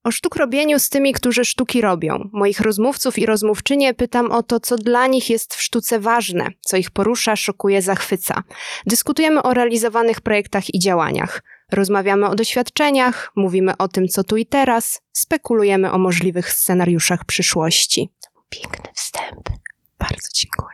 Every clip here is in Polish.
O sztukrobieniu z tymi, którzy sztuki robią. Moich rozmówców i rozmówczynie pytam o to, co dla nich jest w sztuce ważne, co ich porusza, szokuje, zachwyca. Dyskutujemy o realizowanych projektach i działaniach. Rozmawiamy o doświadczeniach, mówimy o tym, co tu i teraz, spekulujemy o możliwych scenariuszach przyszłości. To był piękny wstęp. Bardzo dziękuję.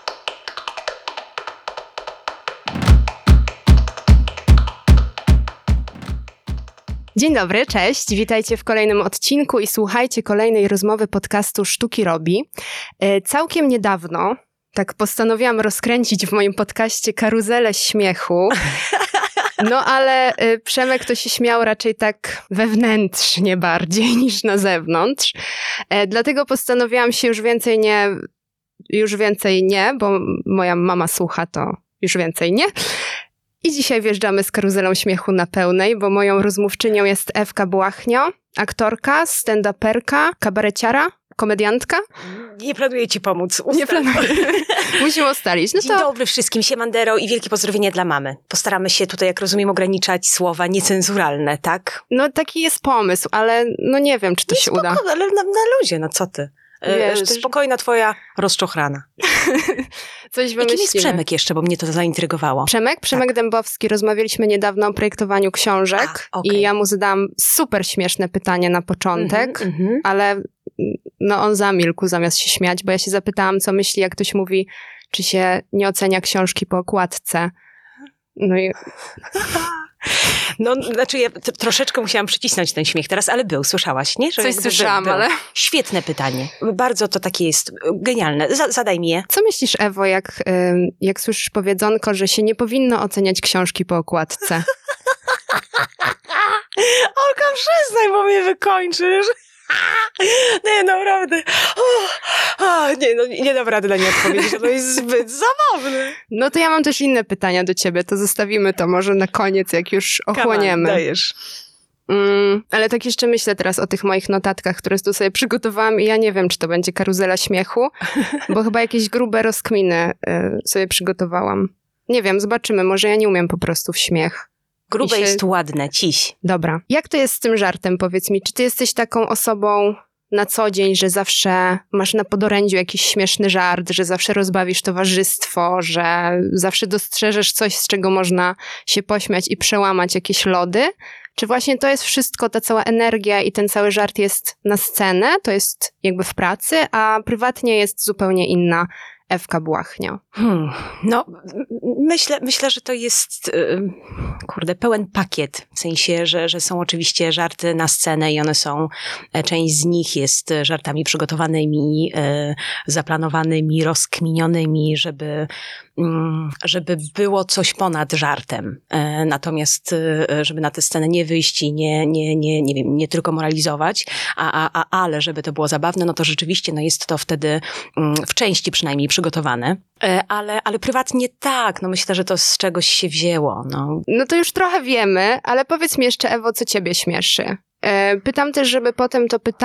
Dzień dobry, cześć, witajcie w kolejnym odcinku i słuchajcie kolejnej rozmowy podcastu Sztuki Robi. Całkiem niedawno tak postanowiłam rozkręcić w moim podcaście karuzelę śmiechu, no ale Przemek to się śmiał raczej tak wewnętrznie bardziej niż na zewnątrz, dlatego postanowiłam się już więcej nie, bo moja mama słucha, to już więcej nie. I dzisiaj wjeżdżamy z karuzelą śmiechu na pełnej, bo moją rozmówczynią jest Ewka Błachnio, aktorka, stand-uperka, kabareciara, komediantka. Nie planuję ci pomóc. Nie planuję. Musimy ustalić. No Dzień dobry wszystkim, siemandero i wielkie pozdrowienie dla mamy. Postaramy się tutaj, jak rozumiem, ograniczać słowa niecenzuralne, tak? No taki jest pomysł, ale no nie wiem, czy to się uda. Ale na luzie, no co ty? Wiesz, spokojna twoja rozczochrana. Coś wymyślimy. Kim jest Przemek jeszcze, bo mnie to zaintrygowało. Przemek Tak. Dębowski. Rozmawialiśmy niedawno o projektowaniu książek i ja mu zadałam super śmieszne pytanie na początek, ale no on zamilkł zamiast się śmiać, bo ja się zapytałam, co myśli, jak ktoś mówi, czy się nie ocenia książki po okładce. No i... No, znaczy ja troszeczkę musiałam przycisnąć ten śmiech teraz, ale słyszałaś, nie? Że coś słyszałam, ale... Świetne pytanie. Bardzo to takie jest genialne. Zadaj mi je. Co myślisz, Ewo, jak słyszysz powiedzonko, że się nie powinno oceniać książki po okładce? Olka, przestań, bo mnie wykończysz. Nie, naprawdę. Nie dam rady na nie odpowiedzieć, to jest zbyt zabawne. No to ja mam też inne pytania do ciebie, to zostawimy to może na koniec, jak już ochłoniemy. Dajesz. Ale tak jeszcze myślę teraz o tych moich notatkach, które tu sobie przygotowałam i ja nie wiem, czy to będzie karuzela śmiechu, bo chyba jakieś grube rozkminy sobie przygotowałam. Nie wiem, zobaczymy, może ja nie umiem po prostu w śmiech. Grube jest ładne, ciś. Dobra. Jak to jest z tym żartem, powiedz mi? Czy ty jesteś taką osobą na co dzień, że zawsze masz na podorędziu jakiś śmieszny żart, że zawsze rozbawisz towarzystwo, że zawsze dostrzeżesz coś, z czego można się pośmiać i przełamać jakieś lody? Czy właśnie to jest wszystko, ta cała energia i ten cały żart jest na scenę, to jest jakby w pracy, a prywatnie jest zupełnie inna Ewka Błachnio? No, myślę, że to jest, pełen pakiet. W sensie, że są oczywiście żarty na scenę i one są, część z nich jest żartami przygotowanymi, zaplanowanymi, rozkminionymi, żeby było coś ponad żartem. Natomiast, żeby na tę scenę nie wyjść i nie tylko moralizować, ale żeby to było zabawne, no to rzeczywiście, no jest to wtedy w części przynajmniej przygotowane. Ale prywatnie tak, no myślę, że to z czegoś się wzięło. No to już trochę wiemy, ale powiedz mi jeszcze, Ewo, co ciebie śmieszy? Pytam też, żeby potem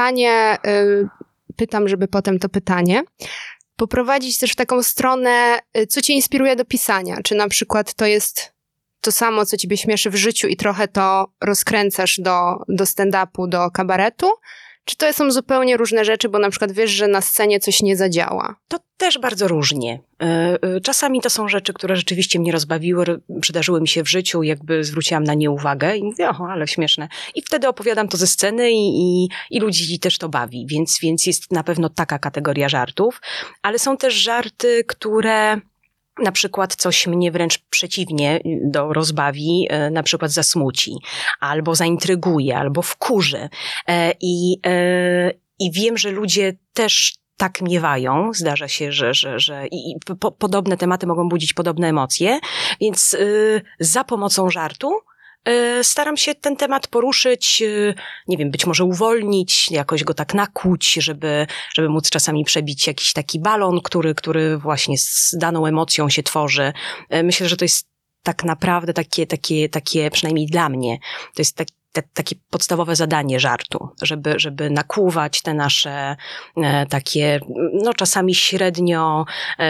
to pytanie poprowadzić też w taką stronę, co cię inspiruje do pisania. Czy na przykład to jest to samo, co ciebie śmieszy w życiu i trochę to rozkręcasz do stand-upu, do kabaretu? Czy to są zupełnie różne rzeczy, bo na przykład wiesz, że na scenie coś nie zadziała? To też bardzo różnie. Czasami to są rzeczy, które rzeczywiście mnie rozbawiły, przydarzyły mi się w życiu, jakby zwróciłam na nie uwagę i mówię, ale śmieszne. I wtedy opowiadam to ze sceny i ludzi też to bawi, więc jest na pewno taka kategoria żartów. Ale są też żarty, które... Na przykład coś mnie wręcz przeciwnie rozbawi, na przykład zasmuci, albo zaintryguje, albo wkurzy. I wiem, że ludzie też tak miewają. Zdarza się, że podobne tematy mogą budzić podobne emocje, więc za pomocą żartu staram się ten temat poruszyć, nie wiem, być może uwolnić, jakoś go tak nakłuć, żeby móc czasami przebić jakiś taki balon, który właśnie z daną emocją się tworzy. Myślę, że to jest tak naprawdę takie przynajmniej dla mnie, to jest takie podstawowe zadanie żartu, żeby nakłuwać te nasze takie, no czasami średnio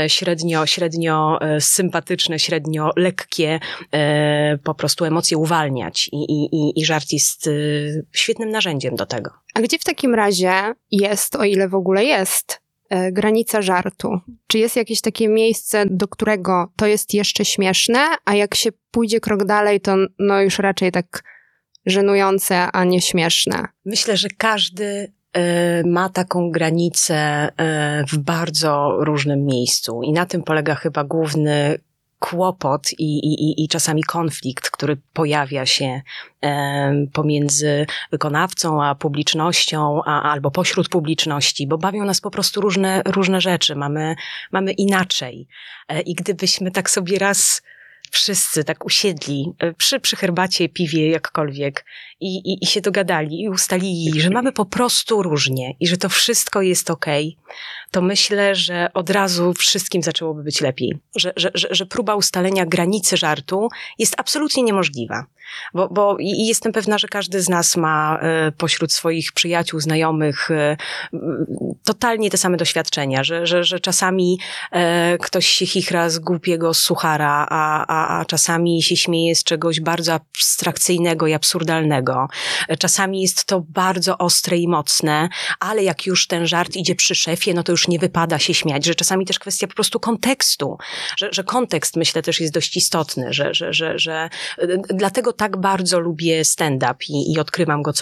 sympatyczne, średnio lekkie po prostu emocje uwalniać i żart jest świetnym narzędziem do tego. A gdzie w takim razie jest, o ile w ogóle jest, granica żartu? Czy jest jakieś takie miejsce, do którego to jest jeszcze śmieszne, a jak się pójdzie krok dalej, to no już raczej tak żenujące, a nie śmieszne? Myślę, że każdy ma taką granicę w bardzo różnym miejscu i na tym polega chyba główny kłopot i czasami konflikt, który pojawia się pomiędzy wykonawcą a publicznością, albo pośród publiczności, bo bawią nas po prostu różne rzeczy. Mamy inaczej. I gdybyśmy tak sobie raz wszyscy tak usiedli przy herbacie, piwie, jakkolwiek i się dogadali i ustalili, że mamy po prostu różnie i że to wszystko jest okej, to myślę, że od razu wszystkim zaczęłoby być lepiej. Że próba ustalenia granicy żartu jest absolutnie niemożliwa. Bo jestem pewna, że każdy z nas ma pośród swoich przyjaciół, znajomych totalnie te same doświadczenia, że czasami ktoś się chichra z głupiego suchara, a czasami się śmieje z czegoś bardzo abstrakcyjnego i absurdalnego. Czasami jest to bardzo ostre i mocne, ale jak już ten żart idzie przy szefie, no to już nie wypada się śmiać, że czasami też kwestia po prostu kontekstu, że kontekst, myślę, też jest dość istotny, że dlatego tak bardzo lubię stand-up i odkrywam go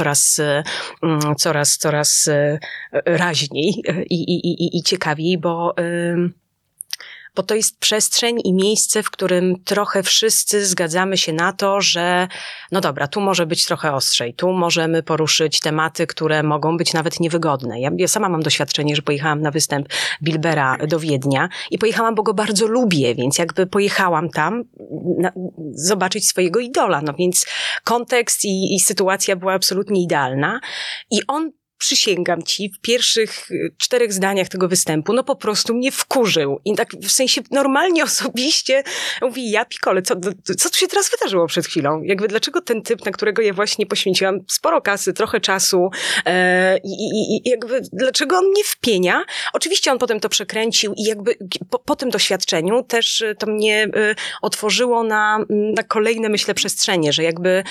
coraz raźniej i ciekawiej, bo to jest przestrzeń i miejsce, w którym trochę wszyscy zgadzamy się na to, że no dobra, tu może być trochę ostrzej, tu możemy poruszyć tematy, które mogą być nawet niewygodne. Ja sama mam doświadczenie, że pojechałam na występ Bilbera do Wiednia i pojechałam, bo go bardzo lubię, więc jakby pojechałam tam zobaczyć swojego idola, no więc kontekst i sytuacja była absolutnie idealna i on, przysięgam ci, w pierwszych 4 zdaniach tego występu, no po prostu mnie wkurzył. I tak w sensie normalnie, osobiście mówi, ja pikole, co tu się teraz wydarzyło przed chwilą? Jakby dlaczego ten typ, na którego ja właśnie poświęciłam sporo kasy, trochę czasu i jakby dlaczego on mnie wpienia? Oczywiście on potem to przekręcił i jakby po tym doświadczeniu też to mnie otworzyło na kolejne, myślę, przestrzenie, że jakby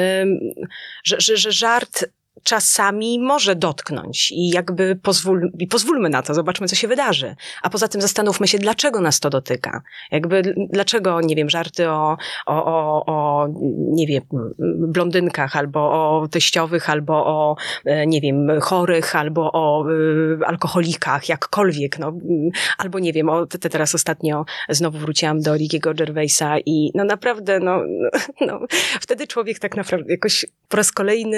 że żart czasami może dotknąć i jakby pozwólmy na to, zobaczmy, co się wydarzy. A poza tym zastanówmy się, dlaczego nas to dotyka. Jakby, dlaczego, nie wiem, żarty o nie wiem, blondynkach, albo o teściowych, albo o, nie wiem, chorych, albo o alkoholikach, jakkolwiek, no, albo nie wiem, teraz ostatnio znowu wróciłam do Rickiego Gervaisa i no naprawdę, no, wtedy człowiek tak naprawdę jakoś po raz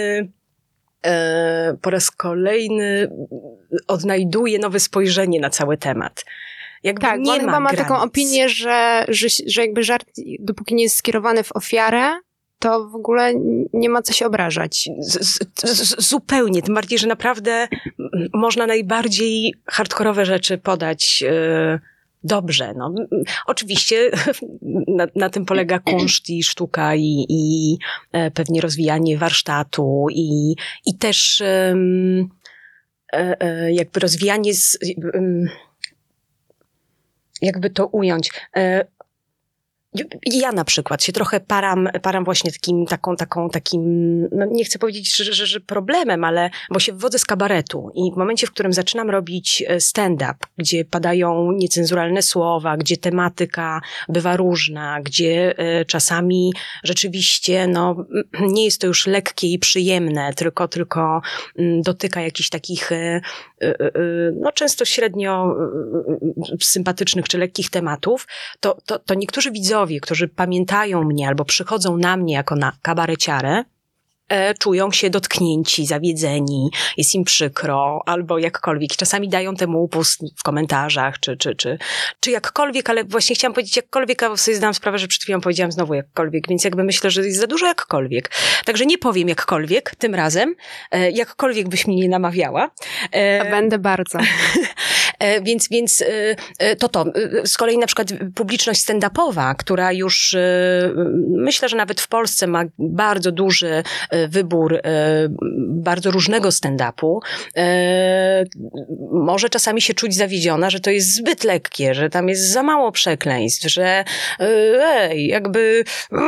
kolejny odnajduje nowe spojrzenie na cały temat. Jakby tak, nie on chyba ma granic. taką opinię, że jakby żart, dopóki nie jest skierowany w ofiarę, to w ogóle nie ma co się obrażać. Zupełnie, tym bardziej, że naprawdę można najbardziej hardkorowe rzeczy podać dobrze. No. Oczywiście na tym polega kunszt i sztuka i pewnie rozwijanie warsztatu i też jakby rozwijanie jakby to ująć. Ja na przykład się trochę param właśnie takim, no nie chcę powiedzieć, że problemem, ale bo się wywodzę z kabaretu i w momencie, w którym zaczynam robić stand-up, gdzie padają niecenzuralne słowa, gdzie tematyka bywa różna, gdzie czasami rzeczywiście, no, nie jest to już lekkie i przyjemne, tylko dotyka jakichś takich, no, często średnio sympatycznych czy lekkich tematów, to niektórzy widzowie, którzy pamiętają mnie albo przychodzą na mnie jako na kabareciarę, czują się dotknięci, zawiedzeni, jest im przykro, albo jakkolwiek. Czasami dają temu upust w komentarzach, czy jakkolwiek, ale właśnie chciałam powiedzieć jakkolwiek, a sobie zdałam sprawę, że przed chwilą powiedziałam znowu jakkolwiek, więc jakby myślę, że jest za dużo jakkolwiek. Także nie powiem jakkolwiek tym razem, jakkolwiek byś mnie nie namawiała. A będę bardzo. Więc to. Z kolei na przykład publiczność stand-upowa, która już myślę, że nawet w Polsce ma bardzo duży wybór bardzo różnego stand-upu, może czasami się czuć zawiedziona, że to jest zbyt lekkie, że tam jest za mało przekleństw, że jakby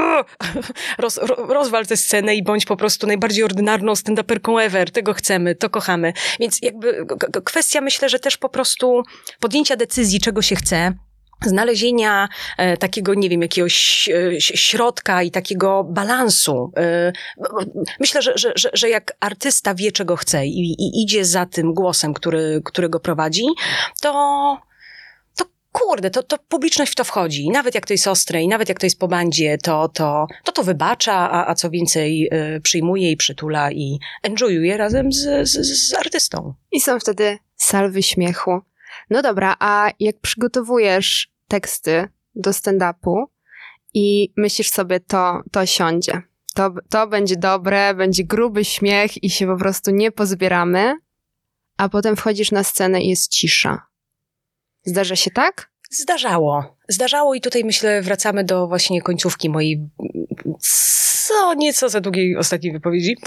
rozwal tę scenę i bądź po prostu najbardziej ordynarną stand-uperką ever, tego chcemy, to kochamy. Więc jakby kwestia, myślę, że też po prostu podjęcia decyzji, czego się chce, znalezienia takiego, nie wiem, jakiegoś środka i takiego balansu. Myślę, że jak artysta wie, czego chce i idzie za tym głosem, który go prowadzi, to publiczność w to wchodzi. I nawet jak to jest ostre, i nawet jak to jest po bandzie, to wybacza, a co więcej przyjmuje i przytula i enjoyuje razem z artystą. I są wtedy salwy śmiechu. No dobra, a jak przygotowujesz teksty do stand-upu i myślisz sobie, to siądzie, to będzie dobre, będzie gruby śmiech i się po prostu nie pozbieramy, a potem wchodzisz na scenę i jest cisza. Zdarza się tak? Zdarzało i tutaj myślę wracamy do właśnie końcówki mojej nieco za długiej ostatniej wypowiedzi,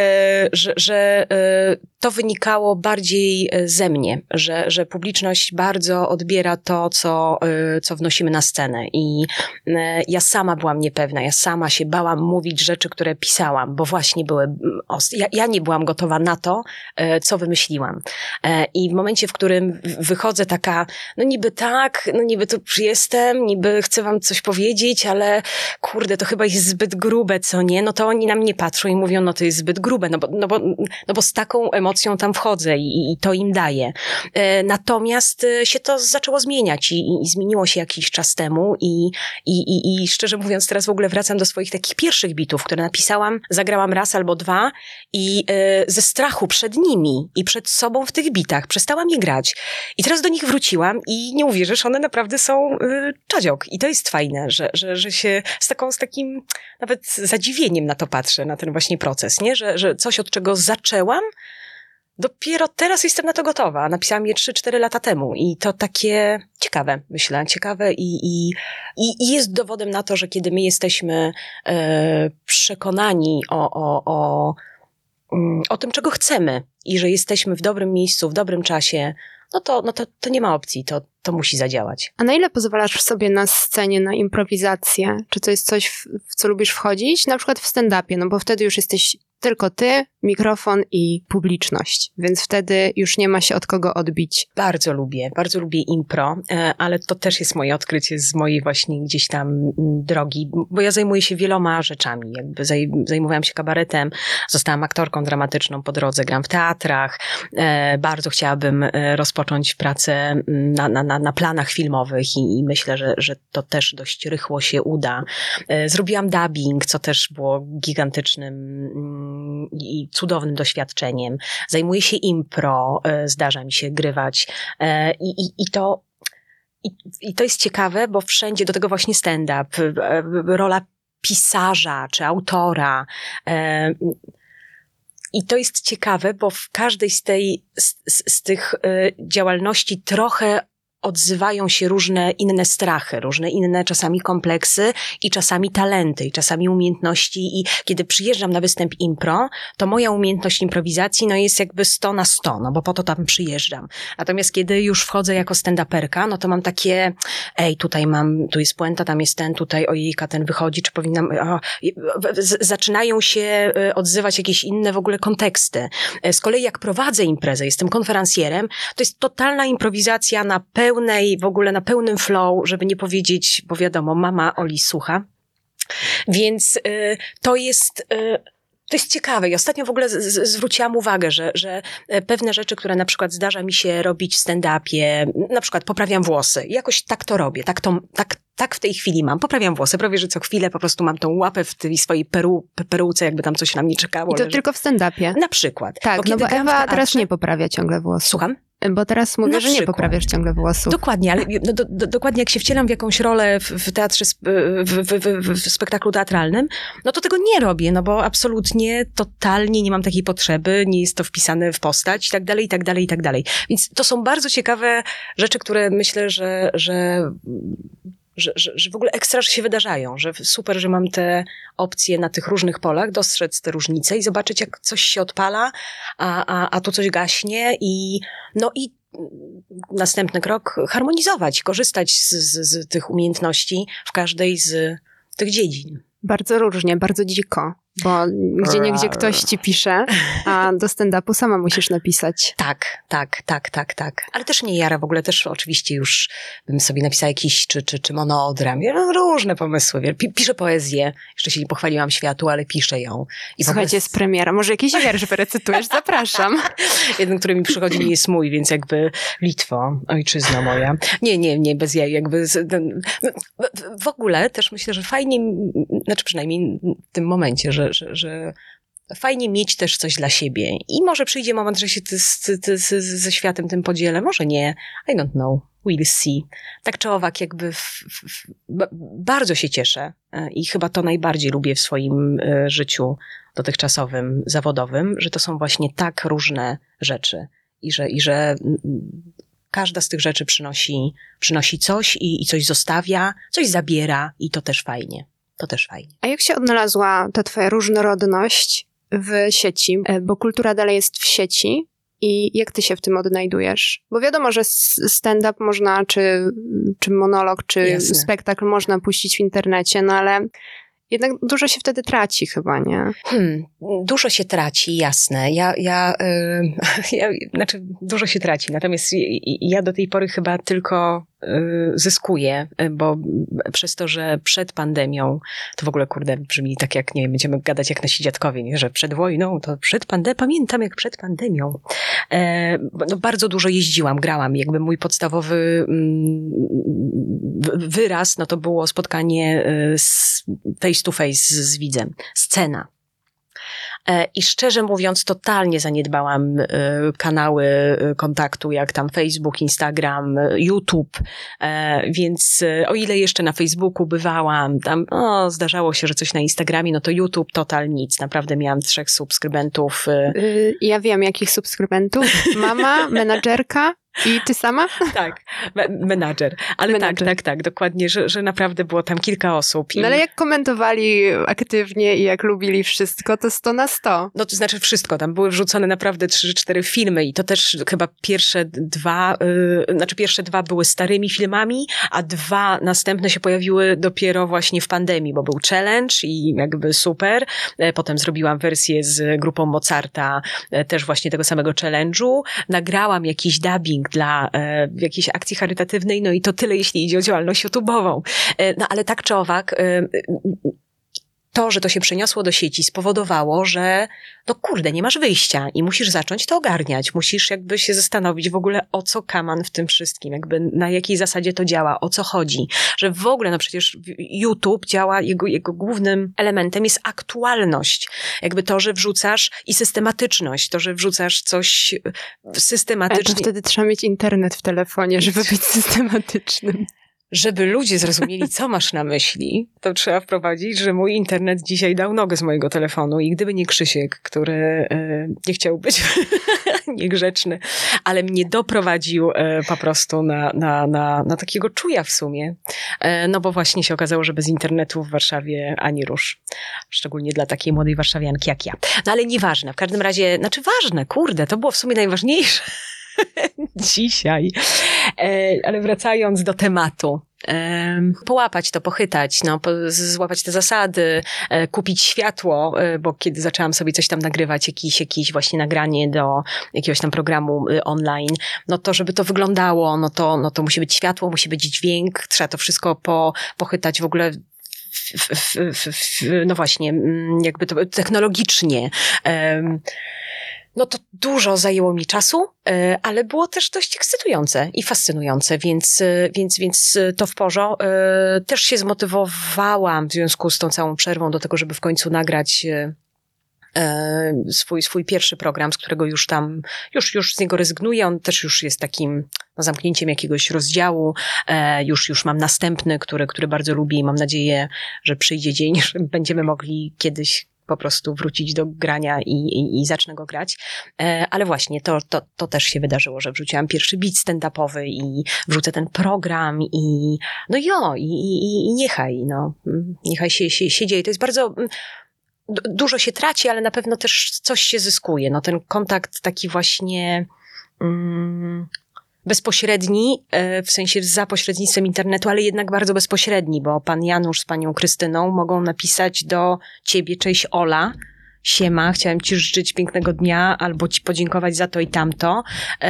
że to wynikało bardziej ze mnie, że publiczność bardzo odbiera to, co wnosimy na scenę i ja sama byłam niepewna, ja sama się bałam mówić rzeczy, które pisałam, bo właśnie były ja nie byłam gotowa na to, co wymyśliłam. I w momencie, w którym wychodzę taka, no niby tak, no niby tu jestem, niby chcę wam coś powiedzieć, ale kurde, to chyba jest zbyt grube, co nie? No to oni na mnie patrzą i mówią, no to jest zbyt grube, no bo z taką emocją tam wchodzę i to im daję. Natomiast się to zaczęło zmieniać i zmieniło się jakiś czas temu i szczerze mówiąc teraz w ogóle wracam do swoich takich pierwszych bitów, które napisałam, zagrałam raz albo dwa i ze strachu przed nimi i przed sobą w tych bitach przestałam je grać. I teraz do nich wróciłam i nie uwierzysz, one naprawdę są czadziok. I to jest fajne, że się z takim nawet zadziwieniem na to patrzę, na ten właśnie proces, nie? Że coś, od czego zaczęłam, dopiero teraz jestem na to gotowa. Napisałam je 3-4 lata temu i to takie ciekawe, myślę, i jest dowodem na to, że kiedy my jesteśmy przekonani o tym, czego chcemy i że jesteśmy w dobrym miejscu, w dobrym czasie, no to nie ma opcji, to musi zadziałać. A na ile pozwalasz sobie na scenie, na improwizację? Czy to jest coś, w co lubisz wchodzić? Na przykład w stand-upie, no bo wtedy już jesteś tylko ty, mikrofon i publiczność, więc wtedy już nie ma się od kogo odbić. Bardzo lubię impro, ale to też jest moje odkrycie z mojej właśnie gdzieś tam drogi, bo ja zajmuję się wieloma rzeczami, jakby zajmowałam się kabaretem, zostałam aktorką dramatyczną po drodze, gram w teatrach, bardzo chciałabym rozpocząć pracę na planach filmowych i myślę, że to też dość rychło się uda. Zrobiłam dubbing, co też było gigantycznym i cudownym doświadczeniem. Zajmuję się impro, zdarza mi się grywać i to jest ciekawe, bo wszędzie do tego właśnie stand-up, rola pisarza czy autora. I to jest ciekawe, bo w każdej z tych działalności trochę odzywają się różne inne strachy, różne inne czasami kompleksy i czasami talenty, i czasami umiejętności i kiedy przyjeżdżam na występ impro, to moja umiejętność improwizacji jest jakby 100 na 100, bo po to tam przyjeżdżam. Natomiast kiedy już wchodzę jako stand-uperka, to mam takie, tu jest puenta, tam jest ten, tutaj ojejka, ten wychodzi, czy powinnam, zaczynają się odzywać jakieś inne w ogóle konteksty. Z kolei jak prowadzę imprezę, jestem konferencjerem, to jest totalna improwizacja na pełnym flow, żeby nie powiedzieć, bo wiadomo, mama Oli słucha. Więc to jest ciekawe i ostatnio w ogóle zwróciłam uwagę, że pewne rzeczy, które na przykład zdarza mi się robić w stand-upie, na przykład poprawiam włosy, jakoś tak to robię, tak w tej chwili mam. Poprawiam włosy, prawie że co chwilę po prostu mam tą łapę w tej swojej peruce, jakby tam coś na mnie czekało. I to tylko w stand-upie? Na przykład. Tak, bo Ewa teraz nie poprawia ciągle włosów. Słucham? Bo teraz mówię, że nie poprawiasz ciągle włosów. Dokładnie, ale dokładnie jak się wcielam w jakąś rolę w teatrze, w spektaklu teatralnym, no to tego nie robię, no bo absolutnie, totalnie nie mam takiej potrzeby, nie jest to wpisane w postać i tak dalej, i tak dalej, i tak dalej. Więc to są bardzo ciekawe rzeczy, które myślę, że w ogóle ekstra, że się wydarzają, że super, że mam te opcje na tych różnych polach, dostrzec te różnice i zobaczyć, jak coś się odpala, a tu coś gaśnie i następny krok harmonizować, korzystać z tych umiejętności w każdej z tych dziedzin. Bardzo różnie, bardzo dziko, bo gdzieniegdzie ktoś ci pisze, a do stand-upu sama musisz napisać. Tak. Ale też mnie jara w ogóle, też oczywiście już bym sobie napisała jakiś, czy monoodram, różne pomysły. Piszę poezję, jeszcze się nie pochwaliłam światu, ale piszę ją. I słuchajcie, jest premiera, może jakiś wiersz wyrecytujesz, zapraszam. Jeden, który mi przychodzi, nie jest mój, więc jakby Litwo, ojczyzna moja. Nie, bez jaj, jakby w ogóle też myślę, że fajnie, znaczy przynajmniej w tym momencie, że fajnie mieć też coś dla siebie. I może przyjdzie moment, że się ze światem tym podzielę. Może nie. I don't know. We'll see. Tak czy owak jakby bardzo się cieszę i chyba to najbardziej lubię w swoim życiu dotychczasowym, zawodowym, że to są właśnie tak różne rzeczy i że każda z tych rzeczy przynosi coś i coś zostawia, coś zabiera i to też fajnie. A jak się odnalazła ta twoja różnorodność w sieci? Bo kultura dalej jest w sieci i jak ty się w tym odnajdujesz? Bo wiadomo, że stand-up można, czy monolog, czy Jasne. spektakl można puścić w internecie, no ale jednak dużo się wtedy traci chyba, nie? Dużo się traci, jasne. Znaczy dużo się traci, natomiast ja do tej pory chyba tylko zyskuję, bo przez to, że przed pandemią, to w ogóle kurde brzmi tak jak, nie wiem, będziemy gadać jak nasi dziadkowie, nie? Że przed wojną, to przed pandemią, pamiętam jak przed pandemią. No bardzo dużo jeździłam, grałam, jakby mój podstawowy wyraz, no to było spotkanie face to face z widzem, scena. I szczerze mówiąc, totalnie zaniedbałam kanały kontaktu, jak tam Facebook, Instagram, YouTube, więc o ile jeszcze na Facebooku bywałam, tam zdarzało się, że coś na Instagramie, no to YouTube total nic. Naprawdę miałam 3 subskrybentów. Ja wiem, jakich subskrybentów. Mama, menadżerka i ty sama? Tak, menadżer. Ale menadżer. Tak, dokładnie, że naprawdę było tam kilka osób. No ale jak komentowali aktywnie i jak lubili wszystko, to 100 na 100. No to znaczy wszystko, tam były wrzucone naprawdę 3-4 filmy i to też chyba pierwsze dwa były starymi filmami, a 2 następne się pojawiły dopiero właśnie w pandemii, bo był challenge i jakby super. Potem zrobiłam wersję z grupą Mozarta, też właśnie tego samego challenge'u. Nagrałam jakiś dubbing dla jakiejś akcji charytatywnej, no i to tyle, jeśli idzie o działalność YouTube'ową. No ale tak czy owak, to, że to się przeniosło do sieci, spowodowało, że no kurde, nie masz wyjścia i musisz zacząć to ogarniać. Musisz jakby się zastanowić w ogóle, o co kaman w tym wszystkim, jakby na jakiej zasadzie to działa, o co chodzi. Że w ogóle, no przecież YouTube działa, jego głównym elementem jest aktualność. Jakby to, że wrzucasz i systematyczność, to, że wrzucasz coś systematycznie. Ale to wtedy trzeba mieć internet w telefonie, żeby być systematycznym. Żeby ludzie zrozumieli, co masz na myśli, to trzeba wprowadzić, że mój internet dzisiaj dał nogę z mojego telefonu i gdyby nie Krzysiek, który nie chciał być niegrzeczny, ale mnie doprowadził po prostu na takiego czuja w sumie. No bo właśnie się okazało, że bez internetu w Warszawie ani rusz. Szczególnie dla takiej młodej warszawianki jak ja. No ale nieważne, w każdym razie, znaczy ważne, kurde, to było w sumie najważniejsze. Dzisiaj. Ale wracając do tematu. Połapać to, pochytać, złapać te zasady, kupić światło, bo kiedy zaczęłam sobie coś tam nagrywać, jakieś właśnie nagranie do jakiegoś tam programu online, no to żeby to wyglądało, no to musi być światło, musi być dźwięk, trzeba to wszystko pochytać w ogóle no właśnie, jakby to technologicznie. No to dużo zajęło mi czasu, ale było też dość ekscytujące i fascynujące, więc to w porządku. Też się zmotywowałam w związku z tą całą przerwą do tego, żeby w końcu nagrać swój pierwszy program, z którego już tam, już z niego rezygnuję. On też już jest takim zamknięciem jakiegoś rozdziału. Już mam następny, który bardzo lubię i mam nadzieję, że przyjdzie dzień, że będziemy mogli kiedyś po prostu wrócić do grania i zacznę go grać. Ale właśnie, to też się wydarzyło, że wrzuciłam pierwszy beat stand-upowy i wrzucę ten program i niechaj się dzieje. To jest bardzo... Dużo się traci, ale na pewno też coś się zyskuje. No ten kontakt taki właśnie bezpośredni, w sensie za pośrednictwem internetu, ale jednak bardzo bezpośredni, bo pan Janusz z panią Krystyną mogą napisać do ciebie: cześć Ola, siema, chciałem ci życzyć pięknego dnia, albo ci podziękować za to i tamto.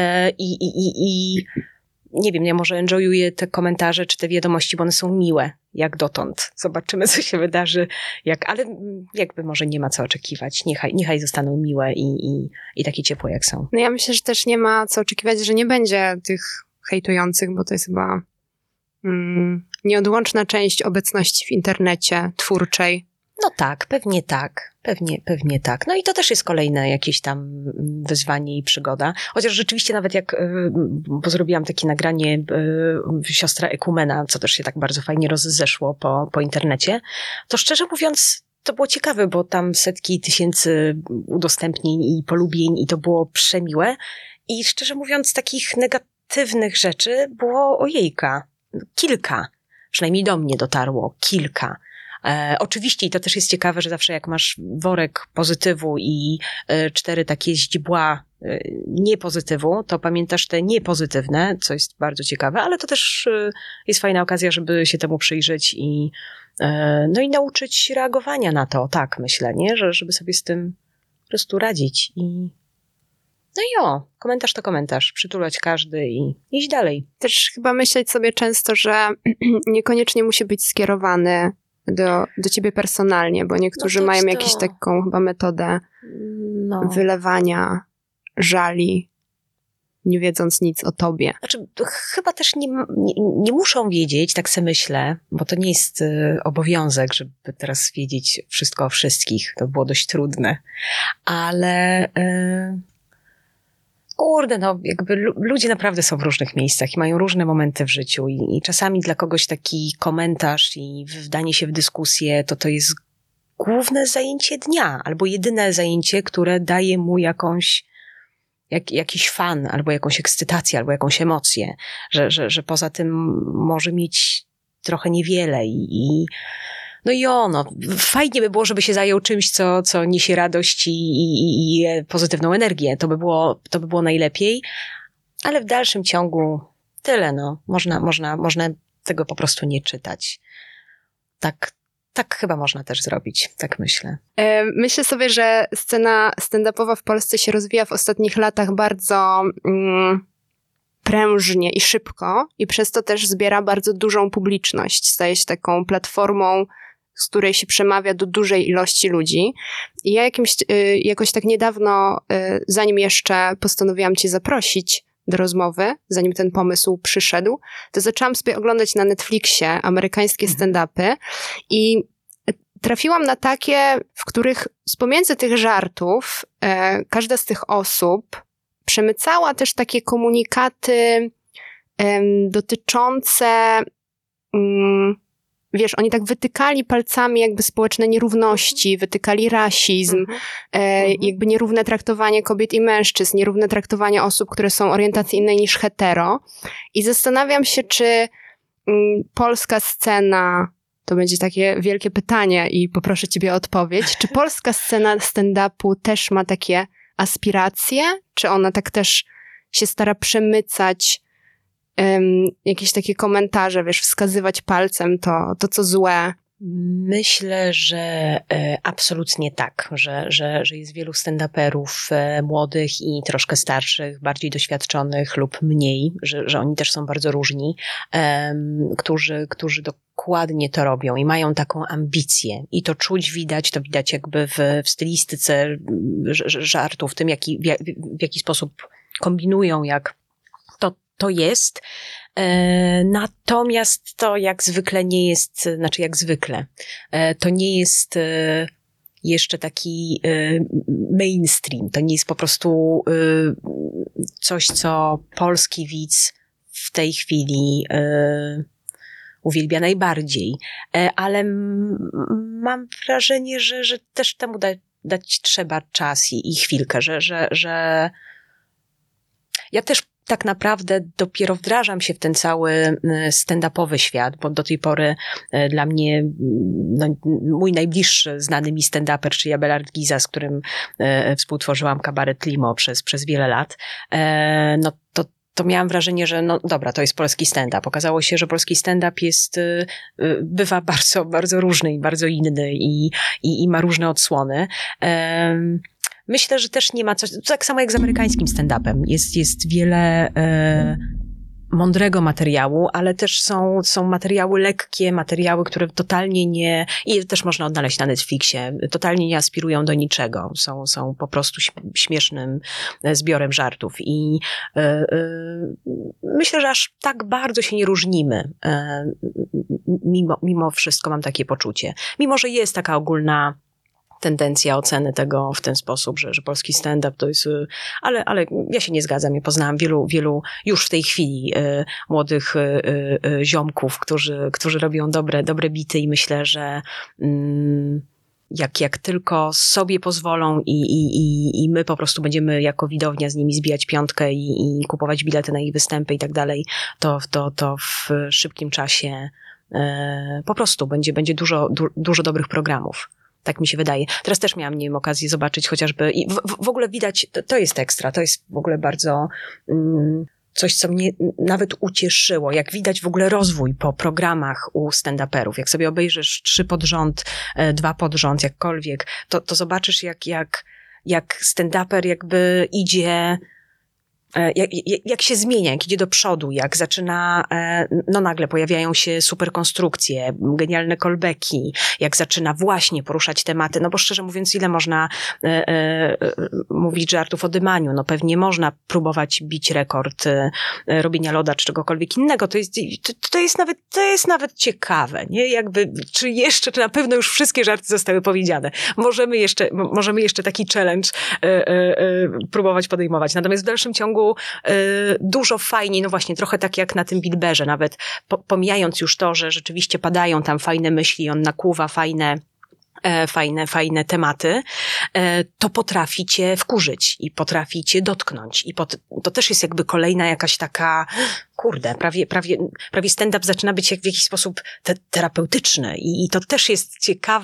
I nie wiem, ja może enjoyuję te komentarze czy te wiadomości, bo one są miłe, jak dotąd. Zobaczymy, co się wydarzy, ale jakby może nie ma co oczekiwać. Niechaj zostaną miłe i takie ciepłe, jak są. No ja myślę, że też nie ma co oczekiwać, że nie będzie tych hejtujących, bo to jest chyba nieodłączna część obecności w internecie twórczej. No tak, pewnie tak. Pewnie tak. No i to też jest kolejne jakieś tam wyzwanie i przygoda. Chociaż rzeczywiście nawet bo zrobiłam takie nagranie Siostra Ekumena, co też się tak bardzo fajnie rozeszło po internecie, to szczerze mówiąc to było ciekawe, bo tam setki tysięcy udostępnień i polubień i to było przemiłe. I szczerze mówiąc takich negatywnych rzeczy było kilka. Przynajmniej do mnie dotarło kilka. Oczywiście i to też jest ciekawe, że zawsze jak masz worek pozytywu i 4 takie źdźbła niepozytywu, to pamiętasz te niepozytywne, co jest bardzo ciekawe, ale to też jest fajna okazja, żeby się temu przyjrzeć i nauczyć reagowania na to, tak myślę, nie? Żeby sobie z tym po prostu radzić komentarz to komentarz, przytulać każdy i iść dalej. Też chyba myśleć sobie często, że niekoniecznie musi być skierowany do ciebie personalnie, bo niektórzy mają jakąś taką chyba metodę wylewania żali, nie wiedząc nic o tobie. Znaczy, chyba też nie muszą wiedzieć, tak sobie myślę, bo to nie jest obowiązek, żeby teraz wiedzieć wszystko o wszystkich. To było dość trudne. Ale jakby ludzie naprawdę są w różnych miejscach i mają różne momenty w życiu i czasami dla kogoś taki komentarz i wdanie się w dyskusję to jest główne zajęcie dnia albo jedyne zajęcie, które daje mu jakiś fan albo jakąś ekscytację albo jakąś emocję, że poza tym może mieć trochę niewiele fajnie by było, żeby się zajął czymś, co niesie radość i pozytywną energię. To by było najlepiej, ale w dalszym ciągu tyle, można tego po prostu nie czytać. Tak chyba można też zrobić, tak myślę. Myślę sobie, że scena stand-upowa w Polsce się rozwija w ostatnich latach bardzo prężnie i szybko i przez to też zbiera bardzo dużą publiczność. Staje się taką platformą, z której się przemawia do dużej ilości ludzi. I ja jakoś tak niedawno, zanim jeszcze postanowiłam cię zaprosić do rozmowy, zanim ten pomysł przyszedł, to zaczęłam sobie oglądać na Netflixie amerykańskie stand-upy i trafiłam na takie, w których z pomiędzy tych żartów każda z tych osób przemycała też takie komunikaty dotyczące wiesz, oni tak wytykali palcami jakby społeczne nierówności, wytykali rasizm, jakby nierówne traktowanie kobiet i mężczyzn, nierówne traktowanie osób, które są orientacji innej niż hetero. I zastanawiam się, czy polska scena, to będzie takie wielkie pytanie i poproszę ciebie o odpowiedź, czy polska scena stand-upu też ma takie aspiracje? Czy ona tak też się stara przemycać jakieś takie komentarze, wiesz, wskazywać palcem to co złe? Myślę, że absolutnie tak, że jest wielu stand-uperów młodych i troszkę starszych, bardziej doświadczonych lub mniej, że oni też są bardzo różni, którzy dokładnie to robią i mają taką ambicję. I to widać jakby w stylistyce żartów, w tym w jaki sposób kombinują, jak to jest. Natomiast to jak zwykle nie jest, to nie jest jeszcze taki mainstream. To nie jest po prostu coś, co polski widz w tej chwili uwielbia najbardziej. Ale mam wrażenie, że też temu dać trzeba czas i chwilkę, że ja też tak naprawdę dopiero wdrażam się w ten cały stand-upowy świat, bo do tej pory dla mnie mój najbliższy znany mi stand-uper, czyli Abelard Giza, z którym współtworzyłam Kabaret Limo przez wiele lat, no to miałam wrażenie, że no dobra, to jest polski stand-up. Okazało się, że polski stand-up bywa bardzo, bardzo różny i bardzo inny i ma różne odsłony. Myślę, że też nie ma coś, tak samo jak z amerykańskim stand-upem. Jest wiele mądrego materiału, ale też są materiały lekkie, materiały, które totalnie nie, i też można odnaleźć na Netflixie, totalnie nie aspirują do niczego. Są po prostu śmiesznym zbiorem żartów i myślę, że aż tak bardzo się nie różnimy. Mimo wszystko mam takie poczucie. Mimo, że jest taka ogólna tendencja oceny tego w ten sposób, że polski stand-up to jest, ale ja się nie zgadzam. Ja poznałam wielu już w tej chwili młodych ziomków, którzy robią dobre bity i myślę, że jak tylko sobie pozwolą i my po prostu będziemy jako widownia z nimi zbijać piątkę i kupować bilety na ich występy i tak dalej, to w szybkim czasie po prostu będzie dużo dobrych programów. Tak mi się wydaje. Teraz też miałam, nie wiem, okazję zobaczyć chociażby i w ogóle widać, to jest ekstra, to jest w ogóle bardzo coś, co mnie nawet ucieszyło, jak widać w ogóle rozwój po programach u stand-uperów. Jak sobie obejrzysz 3 pod rząd, 2 pod rząd, jakkolwiek, to zobaczysz jak stand-uper jakby idzie, jak się zmienia, jak idzie do przodu, jak zaczyna, no nagle pojawiają się super konstrukcje, genialne callbacki, jak zaczyna właśnie poruszać tematy, no bo szczerze mówiąc, ile można mówić żartów o dymaniu, no pewnie można próbować bić rekord robienia loda czy czegokolwiek innego, to jest nawet ciekawe, nie? Jakby, czy na pewno już wszystkie żarty zostały powiedziane. Możemy jeszcze taki challenge próbować podejmować, natomiast w dalszym ciągu dużo fajniej, no właśnie, trochę tak jak na tym Bilberze, nawet pomijając już to, że rzeczywiście padają tam fajne myśli, on nakłuwa fajne tematy, to potrafi cię wkurzyć i potrafi cię dotknąć. I to też jest jakby kolejna jakaś taka, kurde, prawie stand-up zaczyna być w jakiś sposób terapeutyczny. I to też jest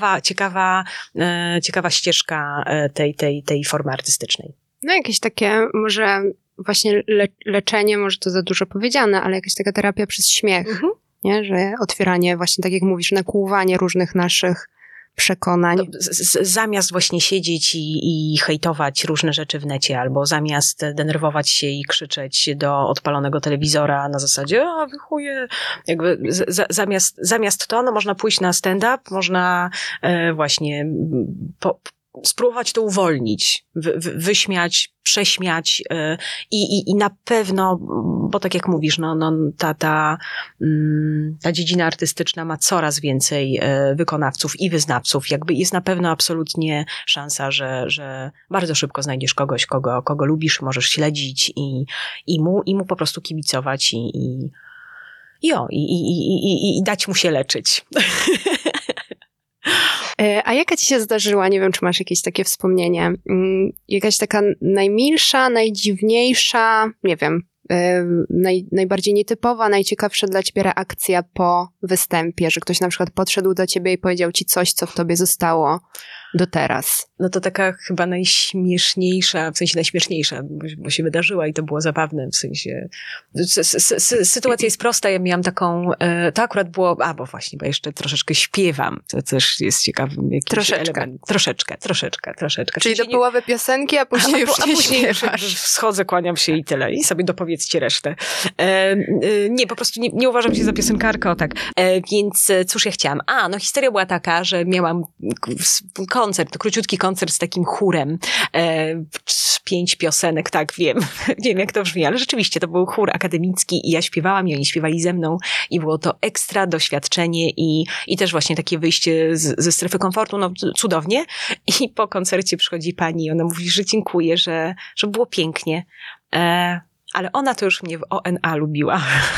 ciekawa ścieżka tej formy artystycznej. No jakieś takie może właśnie leczenie, może to za dużo powiedziane, ale jakaś taka terapia przez śmiech, nie? Że otwieranie właśnie, tak jak mówisz, nakłuwanie różnych naszych przekonań. Zamiast właśnie siedzieć i hejtować różne rzeczy w necie, albo zamiast denerwować się i krzyczeć do odpalonego telewizora na zasadzie, a wy chuje, jakby zamiast to, no można pójść na stand-up, można właśnie spróbować to uwolnić, wyśmiać, prześmiać i na pewno, bo tak jak mówisz, ta dziedzina artystyczna ma coraz więcej wykonawców i wyznawców. Jakby jest na pewno absolutnie szansa, że bardzo szybko znajdziesz kogoś, kogo lubisz, możesz śledzić i mu po prostu kibicować i dać mu się leczyć. A jaka ci się zdarzyła, nie wiem, czy masz jakieś takie wspomnienie, jakaś taka najmilsza, najdziwniejsza, nie wiem, najbardziej nietypowa, najciekawsza dla ciebie reakcja po występie, że ktoś na przykład podszedł do ciebie i powiedział ci coś, co w tobie zostało do teraz? No to taka chyba najśmieszniejsza, w sensie najśmieszniejsza, bo się wydarzyła i to było zabawne, w sensie sytuacja jest prosta, ja miałam taką, to akurat było, bo właśnie, bo jeszcze troszeczkę śpiewam, to też jest ciekawy jakiś element. Troszeczkę. Czyli do połowy piosenki, a później już nie śpiewasz. Schodzę, kłaniam się i tyle. I sobie dopowiedzcie resztę. Nie, po prostu nie uważam się za piosenkarkę, o tak. Więc cóż ja chciałam? No historia była taka, że miałam koncert, to króciutki koncert z takim chórem. 5 piosenek, tak, wiem. Wiem, jak to brzmi, ale rzeczywiście to był chór akademicki i ja śpiewałam i oni śpiewali ze mną i było to ekstra doświadczenie i też właśnie takie wyjście ze strefy komfortu, no cudownie. I po koncercie przychodzi pani i ona mówi, że dziękuję, że było pięknie. Ale ona to już mnie w ONA lubiła.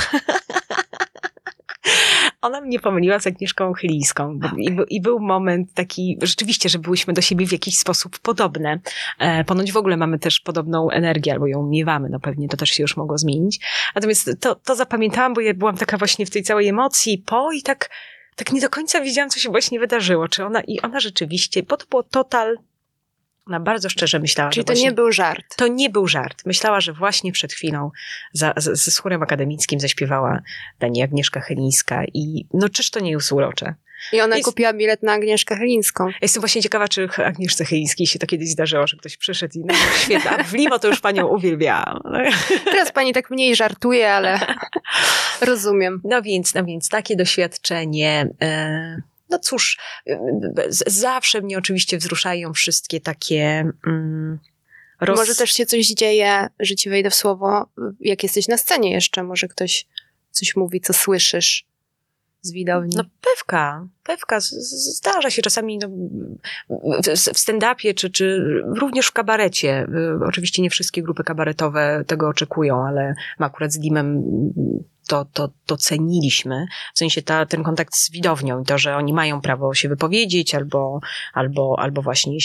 Ona mnie pomyliła z Agnieszką Chylińską. I był moment taki, rzeczywiście, że byłyśmy do siebie w jakiś sposób podobne. Ponoć w ogóle mamy też podobną energię, albo ją miewamy, no pewnie to też się już mogło zmienić. Natomiast to zapamiętałam, bo ja byłam taka właśnie w tej całej emocji i tak nie do końca wiedziałam, co się właśnie wydarzyło. Czy ona rzeczywiście, bo to było total. Ona bardzo szczerze myślała, Czyli że to właśnie, nie był żart. To nie był żart. Myślała, że właśnie przed chwilą ze chórem akademickim zaśpiewała pani Agnieszka Chylińska i no czyż to nie jest urocze. I ona kupiła bilet na Agnieszkę Chylińską. Jestem właśnie ciekawa, czy Agnieszce Chylińskiej się to kiedyś zdarzyło, że ktoś przyszedł i no świetnie, a w Limo to już panią uwielbiałam. Teraz pani tak mniej żartuje, ale rozumiem. No więc takie doświadczenie. No cóż, zawsze mnie oczywiście wzruszają wszystkie takie... Może też się coś dzieje, że ci wejdę w słowo, jak jesteś na scenie jeszcze. Może ktoś coś mówi, co słyszysz z widowni. No pewka. Zdarza się czasami w stand-upie, czy również w kabarecie. Oczywiście nie wszystkie grupy kabaretowe tego oczekują, ale my akurat z Dimem to ceniliśmy. W sensie ten kontakt z widownią i to, że oni mają prawo się wypowiedzieć albo właśnie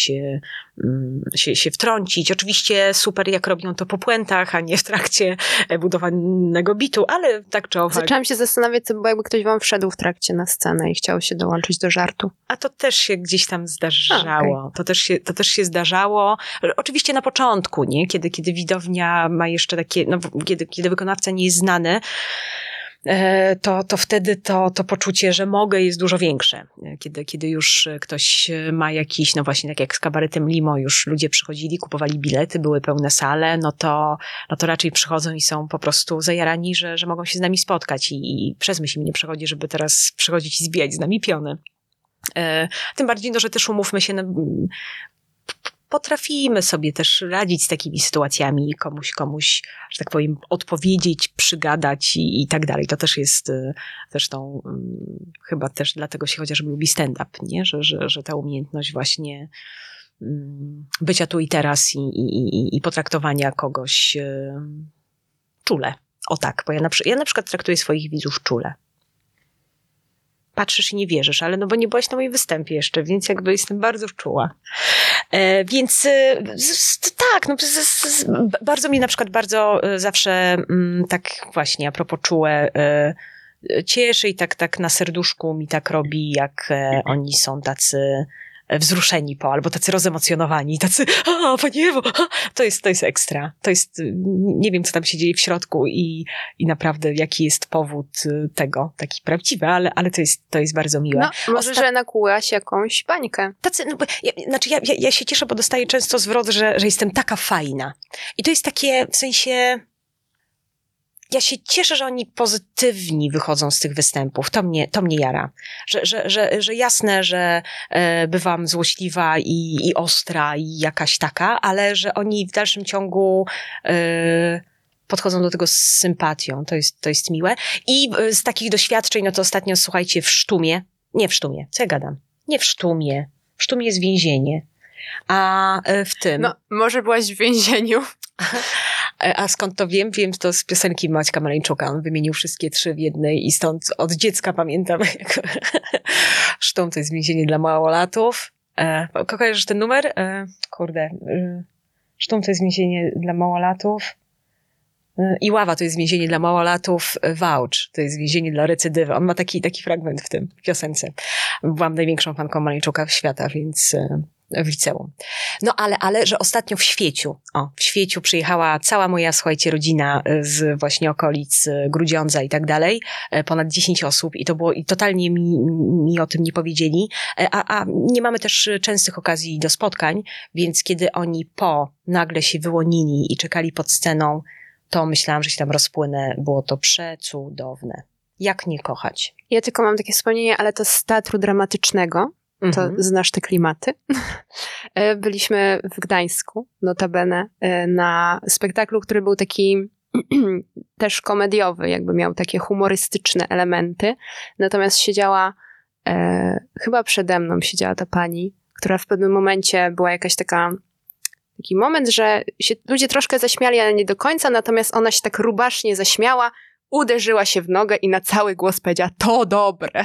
się wtrącić. Oczywiście super, jak robią to po puentach, a nie w trakcie budowanego bitu, ale tak czy owak. Zaczęłam się zastanawiać, co było, jakby ktoś wam wszedł w trakcie na scenę i chciał się dołączyć do żartu. A to też się gdzieś tam zdarzało. Okay. To też się zdarzało. Oczywiście na początku, nie? Kiedy widownia ma jeszcze takie, no kiedy wykonawca nie jest znany, to wtedy to poczucie, że mogę, jest dużo większe. Kiedy już ktoś ma jakiś, no właśnie tak jak z kabaretem Limo, już ludzie przychodzili, kupowali bilety, były pełne sale, no to raczej przychodzą i są po prostu zajarani, że mogą się z nami spotkać i przez myśl mi nie przechodzi, żeby teraz przychodzić i zbijać z nami piony. Tym bardziej, no, że też umówmy się, no, potrafimy sobie też radzić z takimi sytuacjami, komuś, że tak powiem, odpowiedzieć, przygadać i tak dalej. To też jest zresztą chyba też dlatego się chociażby lubi stand-up, nie? Że ta umiejętność właśnie bycia tu i teraz i potraktowania kogoś czule. O tak, bo ja na przykład traktuję swoich widzów czule. Patrzysz i nie wierzysz, ale no bo nie byłaś na moim występie jeszcze, więc jakby jestem bardzo czuła. Więc tak, no, bardzo mnie na przykład zawsze tak właśnie a propos czułe cieszy i tak na serduszku mi tak robi, jak oni są tacy wzruszeni albo tacy rozemocjonowani, tacy Pani Ewo, to jest ekstra. To jest, nie wiem, co tam się dzieje w środku i naprawdę jaki jest powód tego, taki prawdziwy, ale to jest bardzo miłe. No, może, że nakłułaś jakąś bańkę. Tacy, no, ja się cieszę, bo dostaję często zwrot, że jestem taka fajna. I to jest takie, w sensie... Ja się cieszę, że oni pozytywni wychodzą z tych występów. To mnie jara. Że jasne, że bywam złośliwa i ostra i jakaś taka, ale że oni w dalszym ciągu podchodzą do tego z sympatią. To jest miłe. I z takich doświadczeń, no to ostatnio, słuchajcie, co ja gadam? Nie w Sztumie. W Sztumie jest więzienie. A w tym... No, może byłaś w więzieniu. A skąd to wiem? Wiem to z piosenki Maćka Maleńczuka. On wymienił wszystkie 3 w jednej i stąd od dziecka pamiętam. Sztum to jest więzienie dla małolatów. Kojarzysz ten numer? Sztum to jest więzienie dla małolatów. I Ława to jest więzienie dla małolatów. Wałcz to jest więzienie dla recydywy. On ma taki fragment w piosence. Byłam największą fanką Maleńczuka świata, więc... w liceum. No ale, że ostatnio w Świeciu przyjechała cała moja, słuchajcie, rodzina z właśnie okolic Grudziądza i tak dalej, ponad 10 osób i to było, i totalnie mi o tym nie powiedzieli, a nie mamy też częstych okazji do spotkań, więc kiedy oni nagle się wyłonili i czekali pod sceną, to myślałam, że się tam rozpłynę, było to przecudowne. Jak nie kochać? Ja tylko mam takie wspomnienie, ale to z teatru dramatycznego, to znasz te klimaty. Byliśmy w Gdańsku, notabene, na spektaklu, który był taki też komediowy, jakby miał takie humorystyczne elementy. Natomiast siedziała, chyba przede mną siedziała ta pani, która w pewnym momencie była jakaś taki moment, że się ludzie troszkę zaśmiali, ale nie do końca, natomiast ona się tak rubasznie zaśmiała, uderzyła się w nogę i na cały głos powiedziała: to dobre.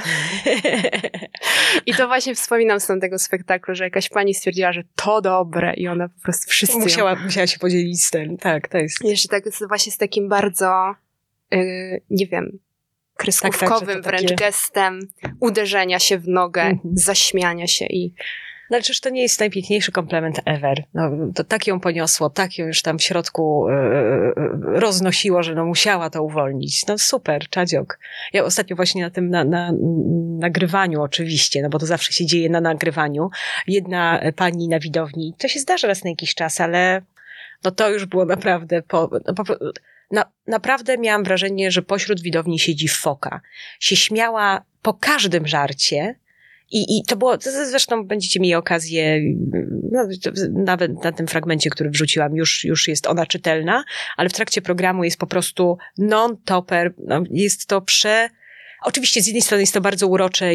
I to właśnie wspominam z tego spektaklu, że jakaś pani stwierdziła, że to dobre i ona po prostu wszyscy musiała się podzielić z tym. Tak, to jest. Jeszcze tak właśnie z takim bardzo, nie wiem, kreskówkowym wręcz gestem uderzenia się w nogę, zaśmiania się i... No ale czyż to nie jest najpiękniejszy komplement ever? No, to tak ją poniosło, tak ją już tam w środku roznosiło, że no musiała to uwolnić. No super, czadziok. Ja ostatnio właśnie na tym na nagrywaniu oczywiście, no bo to zawsze się dzieje na nagrywaniu. Jedna pani na widowni, to się zdarza raz na jakiś czas, ale no to już było naprawdę naprawdę miałam wrażenie, że pośród widowni siedzi foka. Się śmiała po każdym żarcie. I to było, zresztą będziecie mieli okazję, no, nawet na tym fragmencie, który wrzuciłam, już jest ona czytelna, ale w trakcie programu jest po prostu non-topper. No, jest to oczywiście z jednej strony jest to bardzo urocze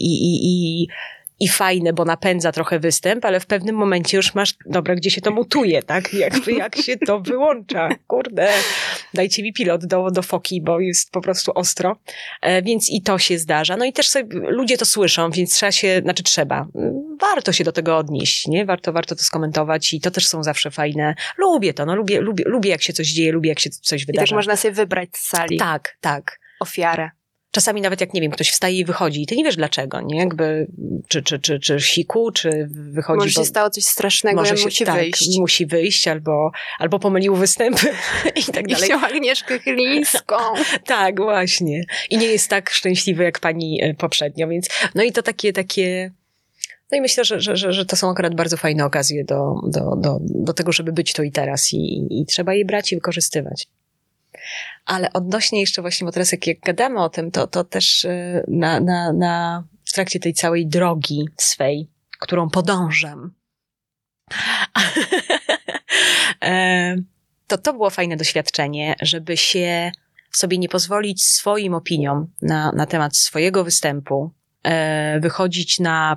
i fajne, bo napędza trochę występ, ale w pewnym momencie już masz, dobra, gdzie się to mutuje, tak? Jak się to wyłącza? Kurde, dajcie mi pilot do foki, bo jest po prostu ostro. Więc i to się zdarza. No i też sobie ludzie to słyszą, więc warto się do tego odnieść, nie? Warto to skomentować i to też są zawsze fajne. Lubię to, no lubię jak się coś dzieje, lubię jak się coś wydarza. I tak można sobie wybrać z sali. Tak. Ofiarę. Czasami nawet jak, nie wiem, ktoś wstaje i wychodzi i ty nie wiesz dlaczego, nie? Jakby, czy siku, czy wychodzi... Może się stało coś strasznego, że musi wyjść. Musi wyjść, albo pomylił występ i tak dalej. I chciał Agnieszkę Chylińską. Tak, właśnie. I nie jest tak szczęśliwy jak pani poprzednio, więc no i to takie... No i myślę, że to są akurat bardzo fajne okazje do tego, żeby być tu i teraz i trzeba je brać i wykorzystywać. Ale odnośnie jeszcze właśnie, bo teraz jak gadamy o tym, to też w trakcie tej całej drogi swej, którą podążam, to było fajne doświadczenie, żeby się sobie nie pozwolić swoim opiniom na temat swojego występu wychodzić na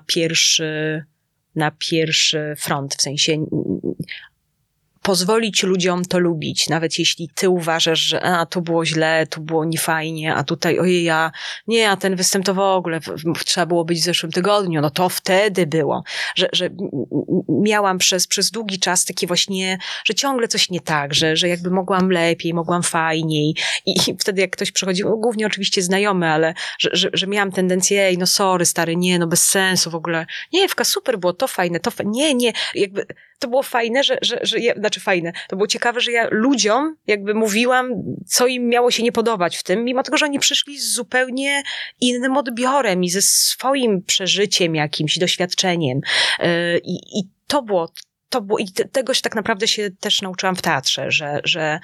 pierwszy front, w sensie pozwolić ludziom to lubić, nawet jeśli ty uważasz, że tu było źle, tu było niefajnie, a tutaj ojej, a ten występ to w ogóle trzeba było być w zeszłym tygodniu, no to wtedy było, że miałam przez długi czas takie właśnie, że ciągle coś nie tak, że jakby mogłam lepiej, mogłam fajniej i wtedy jak ktoś przychodził, głównie oczywiście znajomy, ale że miałam tendencję, no sorry stary, nie, no bez sensu w ogóle, nie, Ewka, super było, to fajne, nie, jakby to było fajne, fajne. To było ciekawe, że ja ludziom jakby mówiłam, co im miało się nie podobać w tym, mimo tego, że oni przyszli z zupełnie innym odbiorem i ze swoim przeżyciem jakimś, doświadczeniem. I to było i tego się tak naprawdę się też nauczyłam w teatrze, że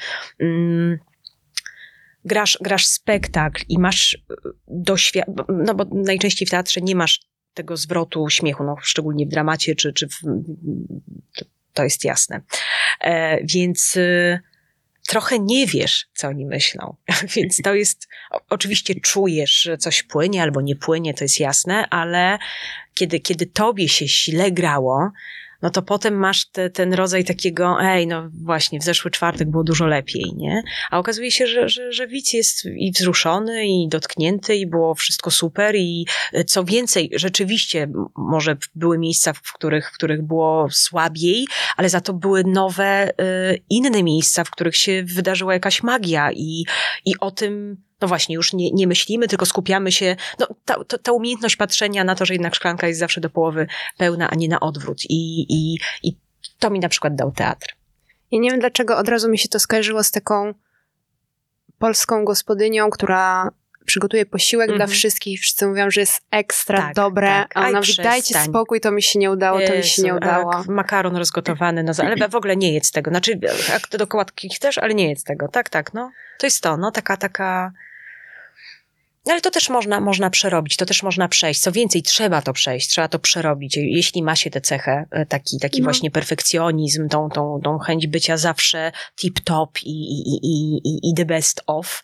grasz spektakl i masz no bo najczęściej w teatrze nie masz tego zwrotu śmiechu, no szczególnie w dramacie, czy to jest jasne. Więc trochę nie wiesz, co oni myślą. Więc to jest, oczywiście czujesz, że coś płynie albo nie płynie, to jest jasne, ale kiedy tobie się źle grało, no to potem masz ten rodzaj takiego, no właśnie, w zeszły czwartek było dużo lepiej, nie? A okazuje się, że widz jest i wzruszony, i dotknięty, i było wszystko super, i co więcej, rzeczywiście może były miejsca, w których było słabiej, ale za to były nowe, inne miejsca, w których się wydarzyła jakaś magia i o tym no właśnie, już nie myślimy, tylko skupiamy się, no ta umiejętność patrzenia na to, że jednak szklanka jest zawsze do połowy pełna, a nie na odwrót. I to mi na przykład dał teatr. Ja nie wiem, dlaczego od razu mi się to skojarzyło z taką polską gospodynią, która przygotuje posiłek dla wszystkich. Wszyscy mówią, że jest ekstra dobre, a ona mówi, dajcie spokój, to mi się nie udało, to mi się nie udało. Makaron rozgotowany, ale w ogóle nie jedz tego. Znaczy, jak do kołatki chcesz, ale nie jedz tego. Tak, no. To jest to, no, taka No ale to też można przerobić, to też można przejść. Co więcej, trzeba to przejść, trzeba to przerobić. Jeśli ma się tę cechę, taki właśnie perfekcjonizm, tą chęć bycia zawsze tip-top i the best of,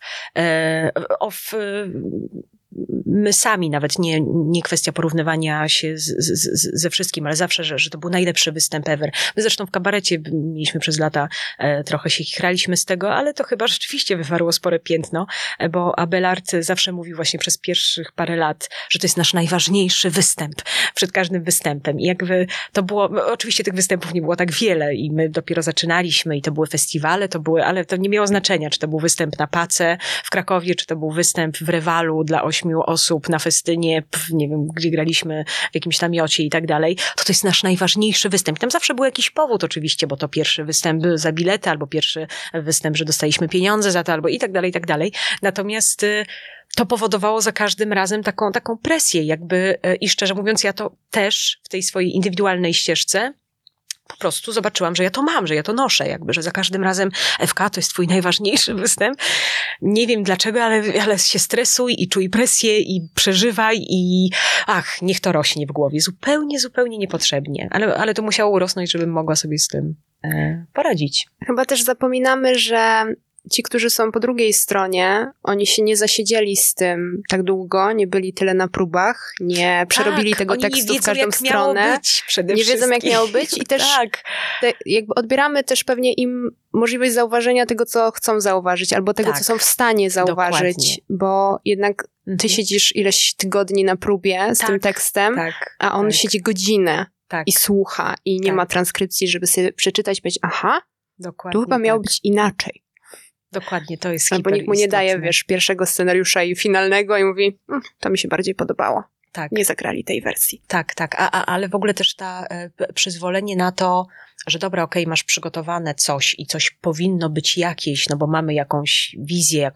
my sami, nawet nie kwestia porównywania się ze wszystkim, ale zawsze, że to był najlepszy występ ever. My zresztą w kabarecie mieliśmy przez lata, trochę się chichraliśmy z tego, ale to chyba rzeczywiście wywarło spore piętno, bo Abelard zawsze mówił właśnie przez pierwszych parę lat, że to jest nasz najważniejszy występ przed każdym występem. I jakby to było, oczywiście tych występów nie było tak wiele i my dopiero zaczynaliśmy i to były festiwale, ale to nie miało znaczenia, czy to był występ na Pace w Krakowie, czy to był występ w Rewalu dla 8 osób na festynie, nie wiem, gdzie graliśmy w jakimś namiocie i tak dalej, to jest nasz najważniejszy występ. I tam zawsze był jakiś powód oczywiście, bo to pierwszy występ za bilety, albo pierwszy występ, że dostaliśmy pieniądze za to, albo i tak dalej, i tak dalej. Natomiast to powodowało za każdym razem taką presję jakby i szczerze mówiąc, ja to też w tej swojej indywidualnej ścieżce po prostu zobaczyłam, że ja to mam, że ja to noszę, jakby, że za każdym razem Ewka, to jest twój najważniejszy występ. Nie wiem dlaczego, ale się stresuj i czuj presję i przeżywaj i niech to rośnie w głowie. Zupełnie niepotrzebnie. Ale to musiało urosnąć, żebym mogła sobie z tym poradzić. Chyba też zapominamy, że ci, którzy są po drugiej stronie, oni się nie zasiedzieli z tym tak długo, nie byli tyle na próbach, nie przerobili tego tekstu w każdą stronę. Nie wiedzą, jak miało być i też jakby odbieramy też pewnie im możliwość zauważenia tego, co chcą zauważyć, albo tego, co są w stanie zauważyć, dokładnie. Bo jednak ty siedzisz ileś tygodni na próbie z tym tekstem, a on siedzi godzinę i słucha i nie ma transkrypcji, żeby sobie przeczytać i powiedzieć, dokładnie, tu chyba miało być inaczej. Dokładnie, to jest bo nikt mu nie daje, pierwszego scenariusza i finalnego i mówi, to mi się bardziej podobało. Nie zagrali tej wersji. Tak. Ale w ogóle też przyzwolenie na to, że dobra, okej, masz przygotowane coś i coś powinno być jakieś, no bo mamy jakąś wizję,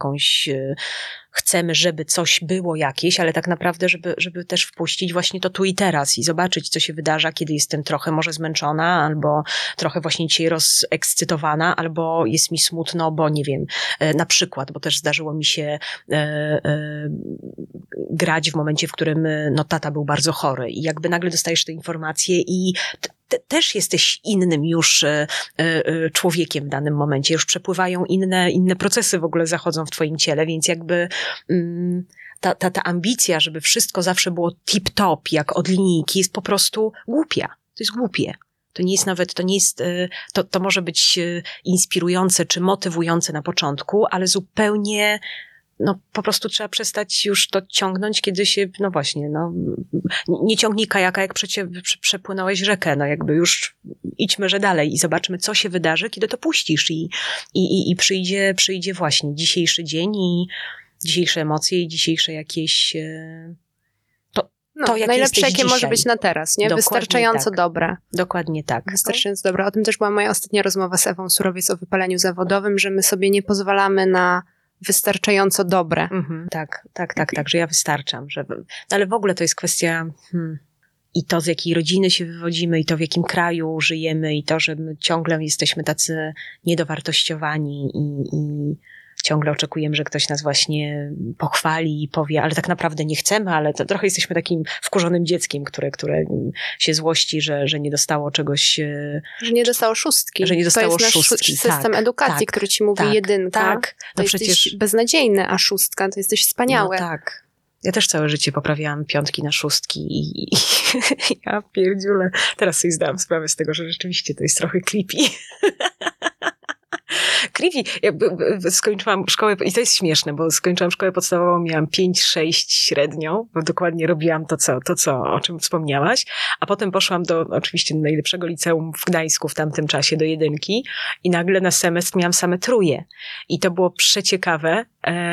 chcemy, żeby coś było jakieś, ale tak naprawdę, żeby też wpuścić właśnie to tu i teraz i zobaczyć, co się wydarza, kiedy jestem trochę może zmęczona, albo trochę właśnie dzisiaj rozekscytowana, albo jest mi smutno, bo nie wiem, na przykład, bo też zdarzyło mi się grać w momencie, w którym tata był bardzo chory i jakby nagle dostajesz te informacje i też jesteś innym już człowiekiem w danym momencie, już przepływają inne procesy w ogóle zachodzą w twoim ciele, więc jakby ta ambicja, żeby wszystko zawsze było tip-top, jak od linijki, jest po prostu głupia. To jest głupie. To może być inspirujące czy motywujące na początku, ale zupełnie po prostu trzeba przestać już to ciągnąć, kiedy się, nie ciągnij kajaka, jak przepłynąłeś rzekę, jakby już idźmy, że dalej i zobaczmy, co się wydarzy, kiedy to puścisz i przyjdzie właśnie dzisiejszy dzień i dzisiejsze emocje i dzisiejsze jakieś jak najlepsze, jakie dzisiaj. Może być na teraz, nie? Dokładnie wystarczająco dobre. Dokładnie tak. Wystarczająco dobre. O tym też była moja ostatnia rozmowa z Ewą Surowiec o wypaleniu zawodowym, że my sobie nie pozwalamy na wystarczająco dobre. Tak, że ja wystarczam. Ale w ogóle to jest kwestia i to, z jakiej rodziny się wywodzimy, i to, w jakim kraju żyjemy, i to, że my ciągle jesteśmy tacy niedowartościowani i ciągle oczekujemy, że ktoś nas właśnie pochwali i powie, ale tak naprawdę nie chcemy, ale to trochę jesteśmy takim wkurzonym dzieckiem, które się złości, że nie dostało czegoś... Że nie dostało szóstki. Że nie dostało to jest szóstki. Nasz system edukacji, który ci mówi jedynka, to jesteś beznadziejny, a szóstka to jesteś wspaniały. Tak. Ja też całe życie poprawiałam 5 na 6 i ja pierdziule. Teraz sobie zdałam sprawę z tego, że rzeczywiście to jest trochę creepy. Creepy. Skończyłam szkołę, i to jest śmieszne, bo skończyłam szkołę podstawową, miałam 5-6 średnią, bo dokładnie robiłam o czym wspomniałaś, a potem poszłam do oczywiście najlepszego liceum w Gdańsku w tamtym czasie, do 1 i nagle na semestr miałam same 3. I to było przeciekawe,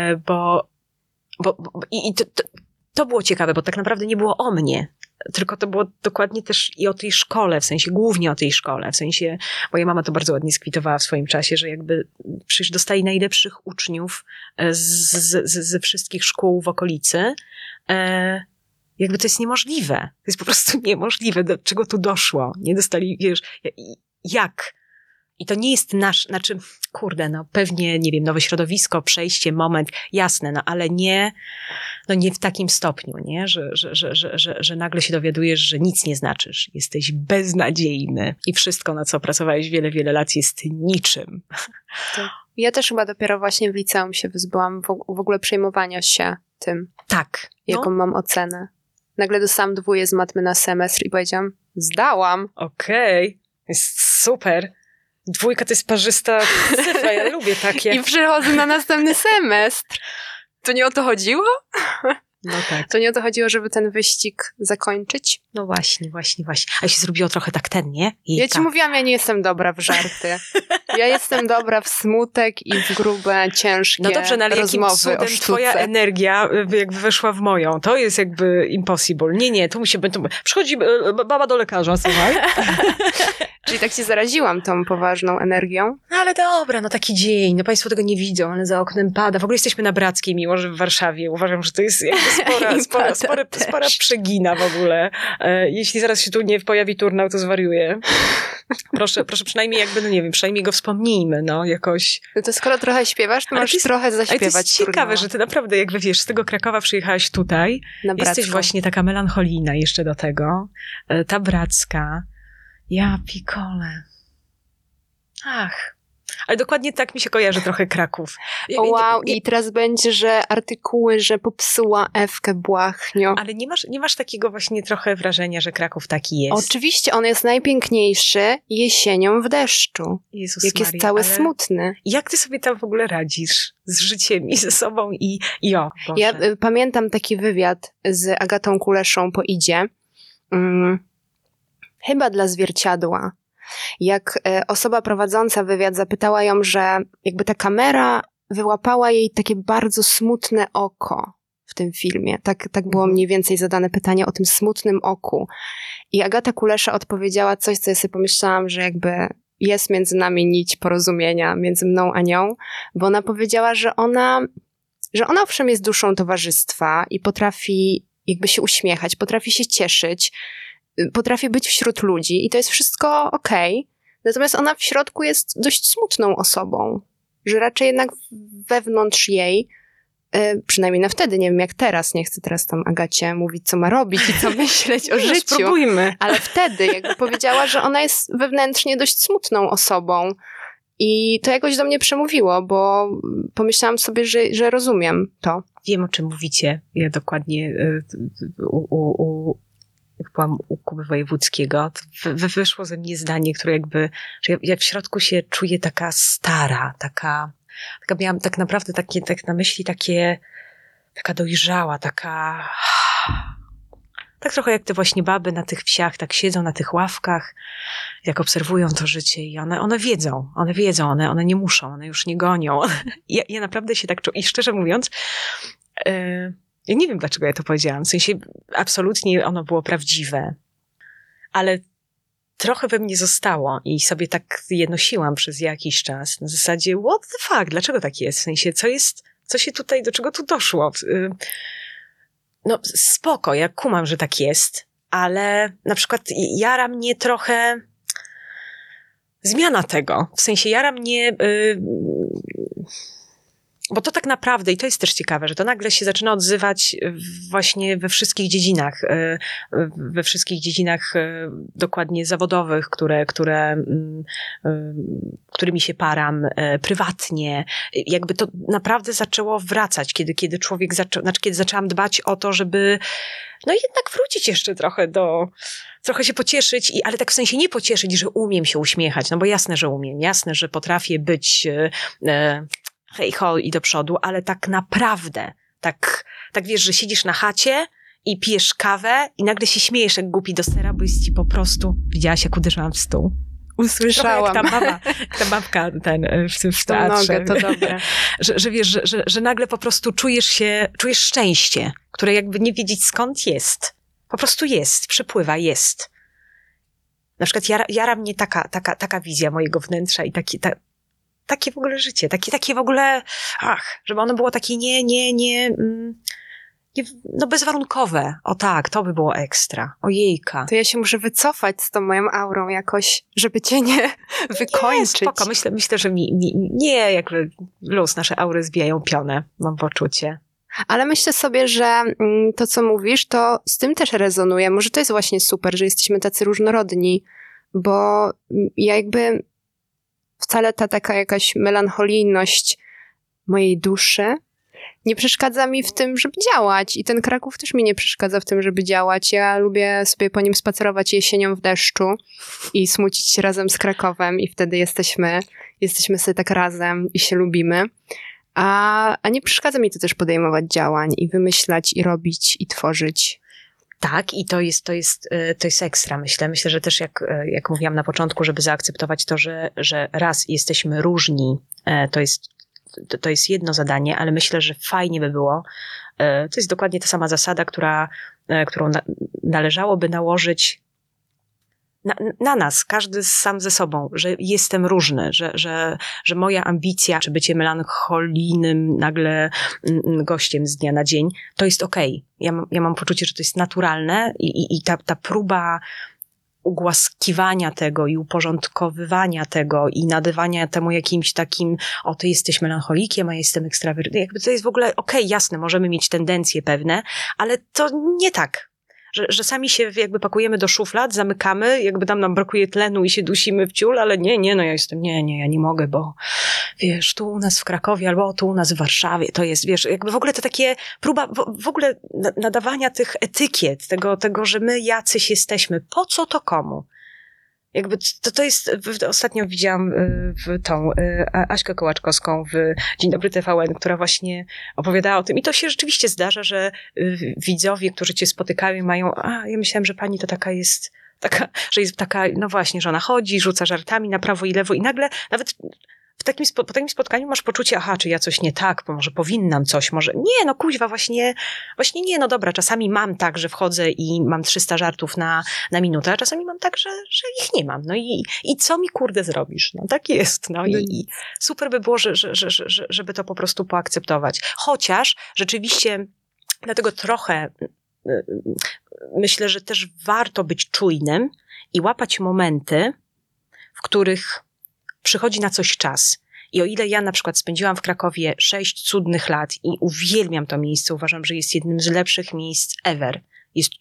to było ciekawe, bo tak naprawdę nie było o mnie, tylko to było dokładnie też i o tej szkole, w sensie głównie o tej szkole, w sensie, moja mama to bardzo ładnie skwitowała w swoim czasie, że jakby przecież dostali najlepszych uczniów ze wszystkich szkół w okolicy. Jakby to jest niemożliwe. To jest po prostu niemożliwe, do czego tu doszło. Nie dostali, jak? I to nie jest pewnie, nie wiem, nowe środowisko, przejście, moment, jasne, ale nie w takim stopniu, nie? Że nagle się dowiadujesz, że nic nie znaczysz. Jesteś beznadziejny i wszystko, na co pracowałeś wiele, wiele lat, jest niczym. Ja też chyba dopiero właśnie w liceum się wyzbyłam w ogóle przejmowania się tym, tak, jaką mam ocenę. Nagle dostałam 2 z matmy na semestr i powiedziałam, zdałam. Okej, jest super. 2 to jest parzysta cyfra, ja lubię takie. I przychodzę na następny semestr. To nie o to chodziło? No tak. To nie o to chodziło, żeby ten wyścig zakończyć? No właśnie. A się zrobiło trochę tak nie? Ja ci mówiłam, ja nie jestem dobra w żarty. Ja jestem dobra w smutek i w grube, ciężkie rozmowy. No dobrze, ale jakim cudem twoja energia jakby weszła w moją? To jest jakby impossible. Nie, tu musi być... Przychodzi baba do lekarza, słuchaj. Czyli tak się zaraziłam tą poważną energią. No ale dobra, taki dzień. No państwo tego nie widzą, ale za oknem pada. W ogóle jesteśmy na Brackiej, mimo że w Warszawie. Uważam, że to jest jakby spora przegina w ogóle. Jeśli zaraz się tu nie pojawi turnał, to zwariuję. Proszę przynajmniej przynajmniej go wspomnijmy, jakoś. No to skoro trochę śpiewasz, to możesz trochę zaśpiewać. Ale to jest ciekawe, że ty naprawdę jakby z tego Krakowa przyjechałaś tutaj. Jesteś właśnie taka melancholijna jeszcze do tego. Ta Bracka. Ja pikole. Ach. Ale dokładnie tak mi się kojarzy trochę Kraków. Wow, i teraz będzie, że artykuły, że popsuła Ewkę Błachnio. Ale nie masz takiego właśnie trochę wrażenia, że Kraków taki jest? Oczywiście, on jest najpiękniejszy jesienią w deszczu. Jezus jak Maria, jest cały smutny. Jak ty sobie tam w ogóle radzisz? Z życiem i ze sobą Boże. Ja pamiętam taki wywiad z Agatą Kuleszą po Idzie. Chyba dla Zwierciadła. Jak osoba prowadząca wywiad zapytała ją, że jakby ta kamera wyłapała jej takie bardzo smutne oko w tym filmie. Tak było mniej więcej zadane pytanie o tym smutnym oku. I Agata Kulesza odpowiedziała coś, co ja sobie pomyślałam, że jakby jest między nami nić porozumienia między mną a nią, bo ona powiedziała, że ona owszem jest duszą towarzystwa i potrafi jakby się uśmiechać, potrafi się cieszyć, potrafi być wśród ludzi i to jest wszystko okej. Natomiast ona w środku jest dość smutną osobą, że raczej jednak wewnątrz jej, przynajmniej na wtedy, nie wiem jak teraz, nie chcę teraz tam Agacie mówić, co ma robić i co myśleć o życiu. Spróbujmy. Ale wtedy jakby powiedziała, że ona jest wewnętrznie dość smutną osobą i to jakoś do mnie przemówiło, bo pomyślałam sobie, że rozumiem to. Wiem, o czym mówicie. Ja dokładnie jak byłam u Kuby Wojewódzkiego, wyszło ze mnie zdanie, które jakby, że ja w środku się czuję taka stara, taka miałam tak naprawdę tak na myśli taka dojrzała, tak trochę jak te właśnie baby na tych wsiach, tak siedzą na tych ławkach, jak obserwują to życie i one wiedzą, one nie muszą, one już nie gonią. Ja naprawdę się tak czuję i szczerze mówiąc, ja nie wiem, dlaczego ja to powiedziałam. W sensie absolutnie ono było prawdziwe. Ale trochę we mnie zostało i sobie tak je nosiłam przez jakiś czas. Na zasadzie, what the fuck? Dlaczego tak jest? W sensie, co się tutaj, do czego tu doszło? No spoko, ja kumam, że tak jest. Ale na przykład jara mnie trochę zmiana tego. W sensie jara mnie... Bo to tak naprawdę, i to jest też ciekawe, że to nagle się zaczyna odzywać właśnie we wszystkich dziedzinach dokładnie zawodowych, którymi się param, prywatnie. Jakby to naprawdę zaczęło wracać, kiedy człowiek kiedy zaczęłam dbać o to, żeby jednak wrócić jeszcze trochę się pocieszyć, ale tak w sensie nie pocieszyć, że umiem się uśmiechać, no bo jasne, że umiem, jasne, że potrafię być hej ho i do przodu, ale tak naprawdę, tak wiesz, że siedzisz na chacie i pijesz kawę i nagle się śmiejesz jak głupi do sera, bo jest ci po prostu... Widziałaś, jak uderzyłam w stół? Usłyszałam. Jak ta babka w teatrze. Nogę, to dobre. że wiesz, że nagle po prostu czujesz szczęście, które jakby nie wiedzieć skąd jest. Po prostu jest, przypływa, jest. Na przykład jara mnie taka wizja mojego wnętrza i takie w ogóle życie, takie w ogóle, żeby ono było takie no bezwarunkowe. O tak, to by było ekstra. Ojejka. To ja się muszę wycofać z tą moją aurą jakoś, żeby cię nie wykończyć. Spoko. Myślę, że nie, jakby luz, nasze aury zbijają pionę, mam poczucie. Ale myślę sobie, że to, co mówisz, to z tym też rezonuje. Może to jest właśnie super, że jesteśmy tacy różnorodni, bo ja jakby wcale ta taka jakaś melancholijność mojej duszy nie przeszkadza mi w tym, żeby działać. I ten Kraków też mi nie przeszkadza w tym, żeby działać. Ja lubię sobie po nim spacerować jesienią w deszczu i smucić się razem z Krakowem i wtedy jesteśmy sobie tak razem i się lubimy. A nie przeszkadza mi to też podejmować działań i wymyślać, i robić, i tworzyć. Tak, i to jest ekstra, myślę. Myślę, że też jak mówiłam na początku, żeby zaakceptować to, że raz jesteśmy różni, to jest jedno zadanie, ale myślę, że fajnie by było. To jest dokładnie ta sama zasada, którą należałoby nałożyć na nas, każdy sam ze sobą, że jestem różny, że moja ambicja, czy bycie melancholijnym nagle gościem z dnia na dzień, to jest okej. Ja mam poczucie, że to jest naturalne i ta próba ugłaskiwania tego i uporządkowywania tego i nadawania temu jakimś takim, ty jesteś melancholikiem, a ja jestem ekstrawertyczny. Jakby to jest w ogóle okej, jasne, możemy mieć tendencje pewne, ale to nie tak. Że sami się jakby pakujemy do szuflad, zamykamy, jakby tam nam brakuje tlenu i się dusimy w ciul, ale nie, no ja jestem, ja nie mogę, bo wiesz, tu u nas w Krakowie albo tu u nas w Warszawie, to jest, wiesz, jakby w ogóle to takie próba w ogóle nadawania tych etykiet, tego, że my jacyś jesteśmy, po co to komu? Jakby to jest, ostatnio widziałam Aśkę Kołaczkowską w Dzień Dobry TVN, która właśnie opowiadała o tym i to się rzeczywiście zdarza, że widzowie, którzy cię spotykają mają, ja myślałam, że pani to że jest taka, no właśnie, że ona chodzi, rzuca żartami na prawo i lewo i nagle nawet po takim spotkaniu masz poczucie, czy ja coś nie tak, bo może powinnam coś, może nie, no kuźwa, właśnie nie, no dobra, czasami mam tak, że wchodzę i mam 300 żartów na minutę, a czasami mam tak, że ich nie mam, no i co mi kurde zrobisz, no tak jest, no i super by było, żeby to po prostu poakceptować, chociaż rzeczywiście dlatego trochę myślę, że też warto być czujnym i łapać momenty, w których przychodzi na coś czas. I o ile ja na przykład spędziłam w Krakowie 6 cudnych lat i uwielbiam to miejsce, uważam, że jest jednym z lepszych miejsc ever, jest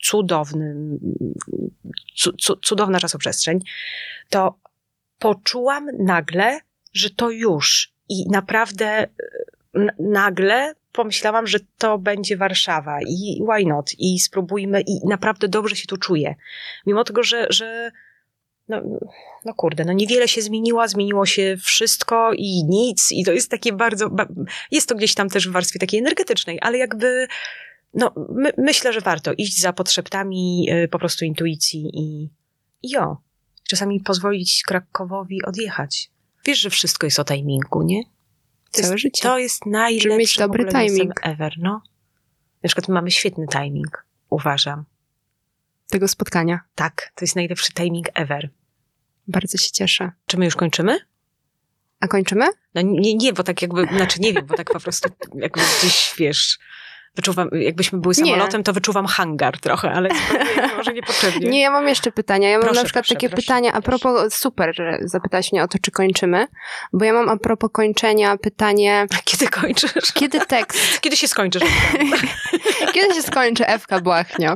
cudowna czasoprzestrzeń, to poczułam nagle, że to już i naprawdę nagle pomyślałam, że to będzie Warszawa i why not? I spróbujmy i naprawdę dobrze się tu czuję. Mimo tego, że no kurde, no niewiele się zmieniło się wszystko i nic i to jest takie jest to gdzieś tam też w warstwie takiej energetycznej, ale jakby myślę, że warto iść za podszeptami po prostu intuicji i czasami pozwolić Krakowowi odjechać. Wiesz, że wszystko jest o timingu, nie? Całe życie. To jest najlepszy mieć dobry timing ever, no. Na przykład mamy świetny timing, uważam. Tego spotkania. Tak, to jest najlepszy timing ever. Bardzo się cieszę. Czy my już kończymy? A kończymy? No nie, bo tak jakby, nie wiem, bo tak po prostu jakby gdzieś, wiesz, wyczuwam, jakbyśmy były samolotem, to wyczuwam hangar trochę, ale może niepotrzebnie. Nie, ja mam jeszcze pytania. Ja mam na przykład takie pytania a propos, proszę. Super, że zapytałaś mnie o to, czy kończymy, bo ja mam a propos kończenia pytanie... Kiedy kończysz? Kiedy tekst? Kiedy się skończysz? Kiedy się skończy Ewka Błachnio?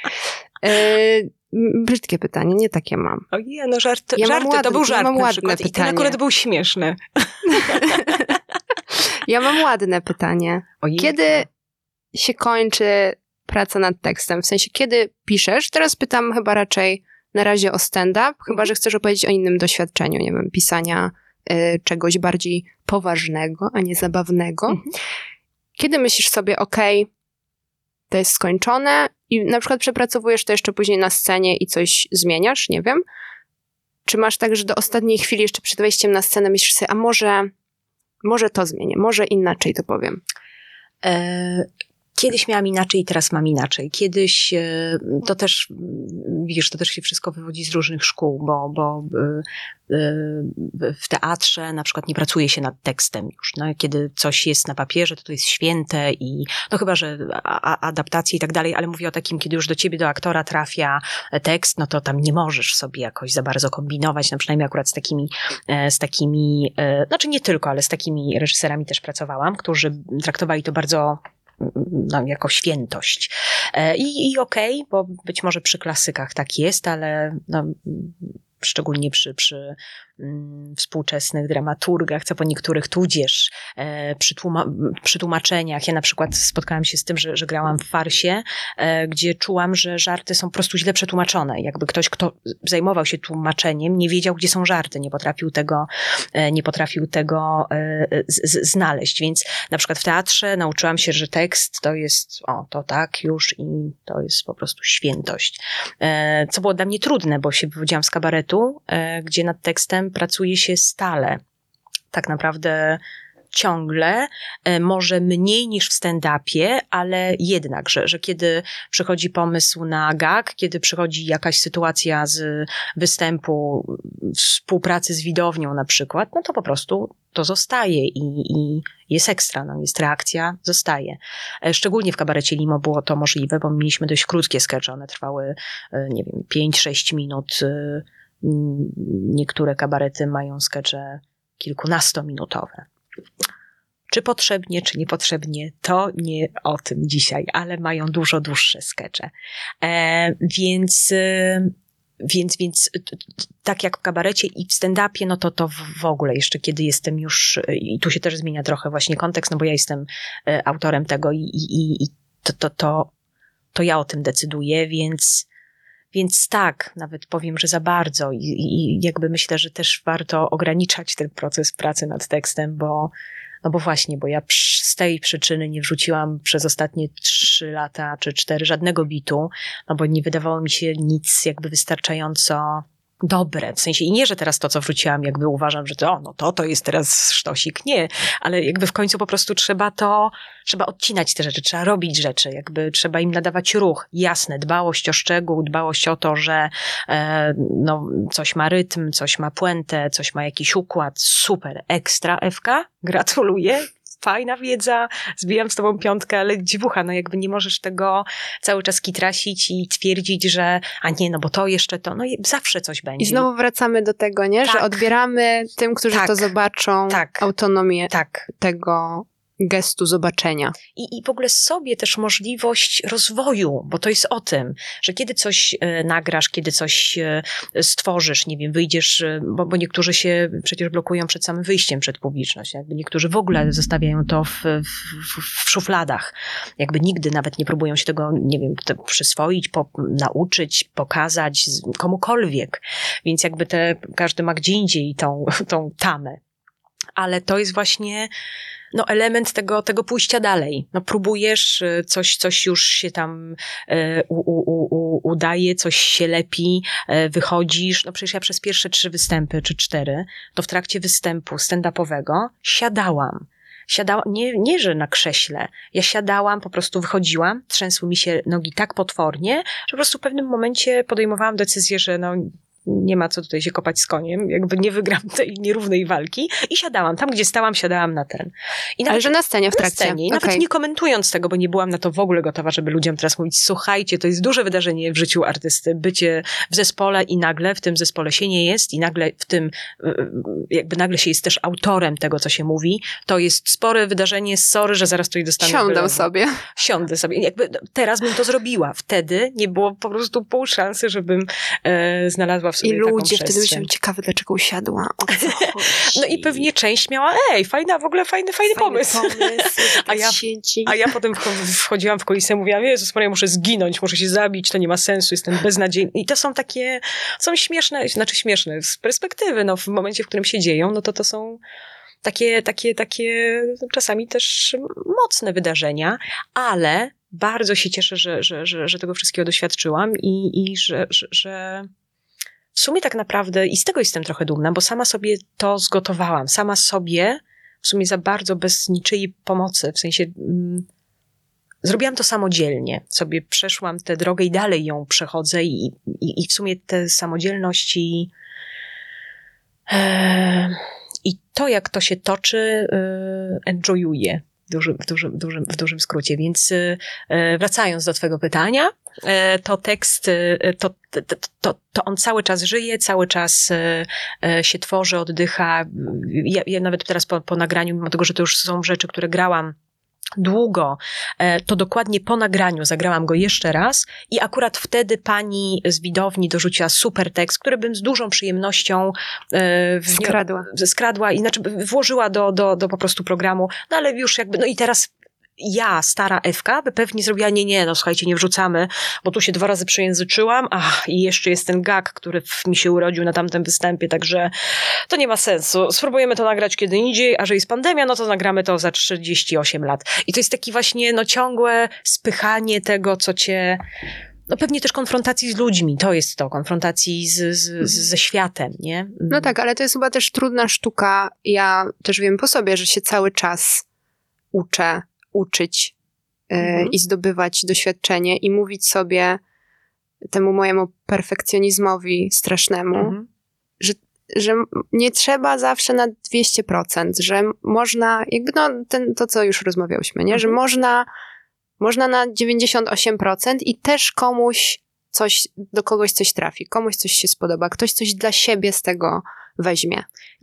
Brzydkie pytanie, nie takie mam. Ojej, no żarty, to był żart na przykład i ten akurat był śmieszny. Ja mam ładne pytanie. Ojej. Kiedy się kończy praca nad tekstem? W sensie, kiedy piszesz? Teraz pytam chyba raczej na razie o stand-up, chyba że chcesz opowiedzieć o innym doświadczeniu, nie wiem, pisania czegoś bardziej poważnego, a nie zabawnego. Kiedy myślisz sobie, to jest skończone i na przykład przepracowujesz to jeszcze później na scenie i coś zmieniasz, nie wiem. Czy masz tak, że do ostatniej chwili jeszcze przed wejściem na scenę myślisz sobie, a może to zmienię, może inaczej to powiem? Kiedyś miałam inaczej i teraz mam inaczej. Kiedyś to też, widzisz, to też się wszystko wywodzi z różnych szkół, bo w teatrze na przykład nie pracuje się nad tekstem już. No, kiedy coś jest na papierze, to jest święte i no chyba, że adaptacje i tak dalej, ale mówię o takim, kiedy już do ciebie, do aktora trafia tekst, no to tam nie możesz sobie jakoś za bardzo kombinować, no przynajmniej akurat z takimi, znaczy nie tylko, ale z takimi reżyserami też pracowałam, którzy traktowali to bardzo jako świętość. I okej, bo być może przy klasykach tak jest, ale no, szczególnie przy współczesnych dramaturgach, co po niektórych tudzież przy tłumaczeniach. Ja na przykład spotkałam się z tym, że grałam w farsie, gdzie czułam, że żarty są po prostu źle przetłumaczone. Jakby ktoś, kto zajmował się tłumaczeniem, nie wiedział, gdzie są żarty, nie potrafił tego znaleźć. Więc na przykład w teatrze nauczyłam się, że tekst to jest, to tak już i to jest po prostu świętość. Co było dla mnie trudne, bo się wywodziłam z kabaretu, gdzie nad tekstem pracuje się stale. Tak naprawdę ciągle, może mniej niż w stand-upie, ale jednak, że kiedy przychodzi pomysł na gag, kiedy przychodzi jakaś sytuacja z występu, współpracy z widownią na przykład, no to po prostu to zostaje i jest ekstra, no jest reakcja, zostaje. Szczególnie w kabarecie Limo było to możliwe, bo mieliśmy dość krótkie skecze, one trwały, nie wiem, 5-6 minut. Niektóre kabarety mają skecze kilkunastominutowe. Czy potrzebnie, czy niepotrzebnie, to nie o tym dzisiaj, ale mają dużo dłuższe skecze. Więc tak jak w kabarecie i w stand-upie, no to w ogóle jeszcze kiedy jestem już, i tu się też zmienia trochę właśnie kontekst, no bo ja jestem autorem tego i to ja o tym decyduję, więc tak, nawet powiem, że za bardzo i jakby myślę, że też warto ograniczać ten proces pracy nad tekstem, bo ja z tej przyczyny nie wrzuciłam przez ostatnie 3 lata czy 4 żadnego bitu, no bo nie wydawało mi się nic jakby wystarczająco dobre. W sensie i nie, że teraz to, co wrzuciłam, jakby uważam, że to jest teraz sztosik. Nie, ale jakby w końcu po prostu trzeba odcinać te rzeczy, trzeba robić rzeczy, jakby trzeba im nadawać ruch. Jasne, dbałość o szczegół, dbałość o to, że coś ma rytm, coś ma puentę, coś ma jakiś układ. Super, ekstra, Ewka, gratuluję. Fajna wiedza, zbijam z tobą piątkę, ale dziwucha, no jakby nie możesz tego cały czas kitrasić i twierdzić, że bo to jeszcze to, zawsze coś będzie. I znowu wracamy do tego, nie? Tak. Że odbieramy tym, którzy to zobaczą, autonomię tego gestu zobaczenia. I w ogóle sobie też możliwość rozwoju, bo to jest o tym, że kiedy coś nagrasz, kiedy coś stworzysz, nie wiem, wyjdziesz, bo niektórzy się przecież blokują przed samym wyjściem przed publiczność, jakby niektórzy w ogóle zostawiają to w szufladach, jakby nigdy nawet nie próbują się tego, nie wiem, przyswoić, nauczyć, pokazać komukolwiek, więc jakby każdy ma gdzie indziej tą tamę, ale to jest właśnie element tego pójścia dalej. Próbujesz, coś już się tam udaje, coś się lepi, wychodzisz. Przecież ja przez pierwsze 3 występy, czy 4, to w trakcie występu stand-upowego siadałam, nie, że na krześle. Ja siadałam, po prostu wychodziłam, trzęsły mi się nogi tak potwornie, że po prostu w pewnym momencie podejmowałam decyzję, że nie ma co tutaj się kopać z koniem, jakby nie wygram tej nierównej walki i siadałam. Tam, gdzie stałam, siadałam na ten. Ale że na scenie, w trakcie. I nawet nie komentując tego, bo nie byłam na to w ogóle gotowa, żeby ludziom teraz mówić, słuchajcie, to jest duże wydarzenie w życiu artysty, bycie w zespole i nagle w tym zespole się nie jest i nagle w tym, jakby nagle się jest też autorem tego, co się mówi. To jest spore wydarzenie, sorry, że zaraz tutaj dostanę. Siądę sobie. Jakby teraz bym to zrobiła. Wtedy nie było po prostu pół szansy, żebym znalazła w sobie i taką ludzie przestrzeń. wtedy myślą, ciekawe, dlaczego usiadła. I pewnie część miała, fajna, w ogóle fajny pomysł. A ja potem wchodziłam w kulisę i mówiłam, Jezus Maria, muszę zginąć, muszę się zabić, to nie ma sensu, jestem beznadziejny. I to są śmieszne, śmieszne z perspektywy, w momencie, w którym się dzieją, to są takie czasami też mocne wydarzenia, ale bardzo się cieszę, że tego wszystkiego doświadczyłam i że w sumie tak naprawdę i z tego jestem trochę dumna, bo sama sobie to zgotowałam. Sama sobie w sumie za bardzo bez niczyjej pomocy, w sensie zrobiłam to samodzielnie. Sobie przeszłam tę drogę i dalej ją przechodzę i w sumie tę samodzielność i to, jak to się toczy, enjoyuję w dużym skrócie. Więc wracając do twojego pytania, to tekst, to on cały czas żyje, cały czas się tworzy, oddycha. Ja nawet teraz po nagraniu, mimo tego, że to już są rzeczy, które grałam długo, to dokładnie po nagraniu zagrałam go jeszcze raz i akurat wtedy pani z widowni dorzuciła super tekst, który bym z dużą przyjemnością skradła i znaczy włożyła do po prostu programu, no ale już jakby, no i teraz ja, stara Ewka, by pewnie zrobiła nie, no słuchajcie, nie wrzucamy, bo tu się 2 razy przejęzyczyłam, i jeszcze jest ten gag, który mi się urodził na tamtym występie, także to nie ma sensu. Spróbujemy to nagrać kiedy indziej, a że jest pandemia, no to nagramy to za 38 lat. I to jest taki właśnie, no ciągłe spychanie tego, co cię... No pewnie też konfrontacji z ludźmi, to jest to, konfrontacji ze światem, nie? No tak, ale to jest chyba też trudna sztuka. Ja też wiem po sobie, że się cały czas uczyć i zdobywać doświadczenie i mówić sobie temu mojemu perfekcjonizmowi strasznemu, że nie trzeba zawsze na 200%, że można, jakby to co już rozmawiałyśmy, nie? Że można na 98% i też do kogoś coś trafi, komuś coś się spodoba, ktoś coś dla siebie z tego weźmie.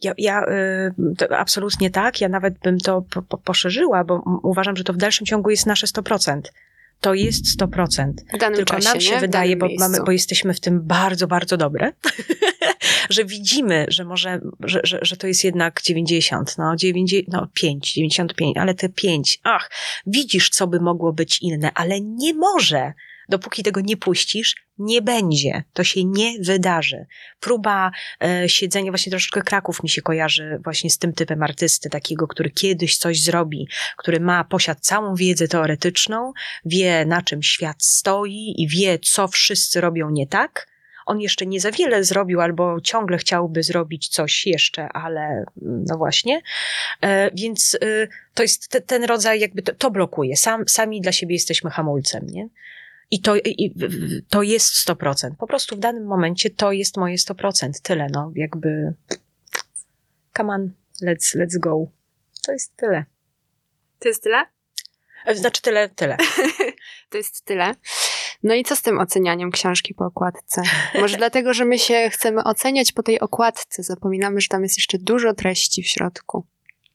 To absolutnie tak. Ja nawet bym to poszerzyła, bo uważam, że to w dalszym ciągu jest nasze 100%. To jest 100%. W danym Tylko czasie, nam się wydaje, bo jesteśmy w tym bardzo, bardzo dobre, że widzimy, że to jest jednak 90, 5, 95, ale te 5, widzisz, co by mogło być inne, ale nie może. Dopóki tego nie puścisz, nie będzie. To się nie wydarzy. Próba siedzenia, właśnie troszeczkę Kraków mi się kojarzy właśnie z tym typem artysty, takiego, który kiedyś coś zrobi, który posiada całą wiedzę teoretyczną, wie, na czym świat stoi i wie, co wszyscy robią nie tak. On jeszcze nie za wiele zrobił, albo ciągle chciałby zrobić coś jeszcze, ale no właśnie. Więc to jest ten rodzaj, jakby to blokuje. Sami dla siebie jesteśmy hamulcem, nie? I to jest 100%. Po prostu w danym momencie to jest moje 100%. Tyle, no, jakby come on, let's go. To jest tyle. To jest tyle? Znaczy tyle. To jest tyle. No i co z tym ocenianiem książki po okładce? Może dlatego, że my się chcemy oceniać po tej okładce, zapominamy, że tam jest jeszcze dużo treści w środku.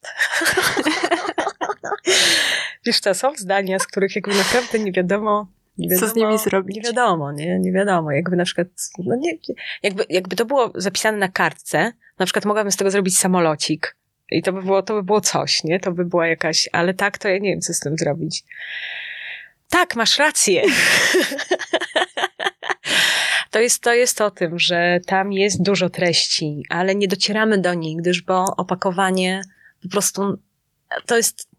Wiesz co, są zdania, z których jakby naprawdę nie wiadomo, co z nimi zrobić. Nie wiadomo. Jakby na przykład, jakby to było zapisane na kartce, na przykład mogłabym z tego zrobić samolocik. I to by było coś, nie? To by była jakaś, ale tak, to ja nie wiem, co z tym zrobić. Tak, masz rację. To jest o tym, że tam jest dużo treści, ale nie docieramy do nich, gdyż opakowanie po prostu to jest...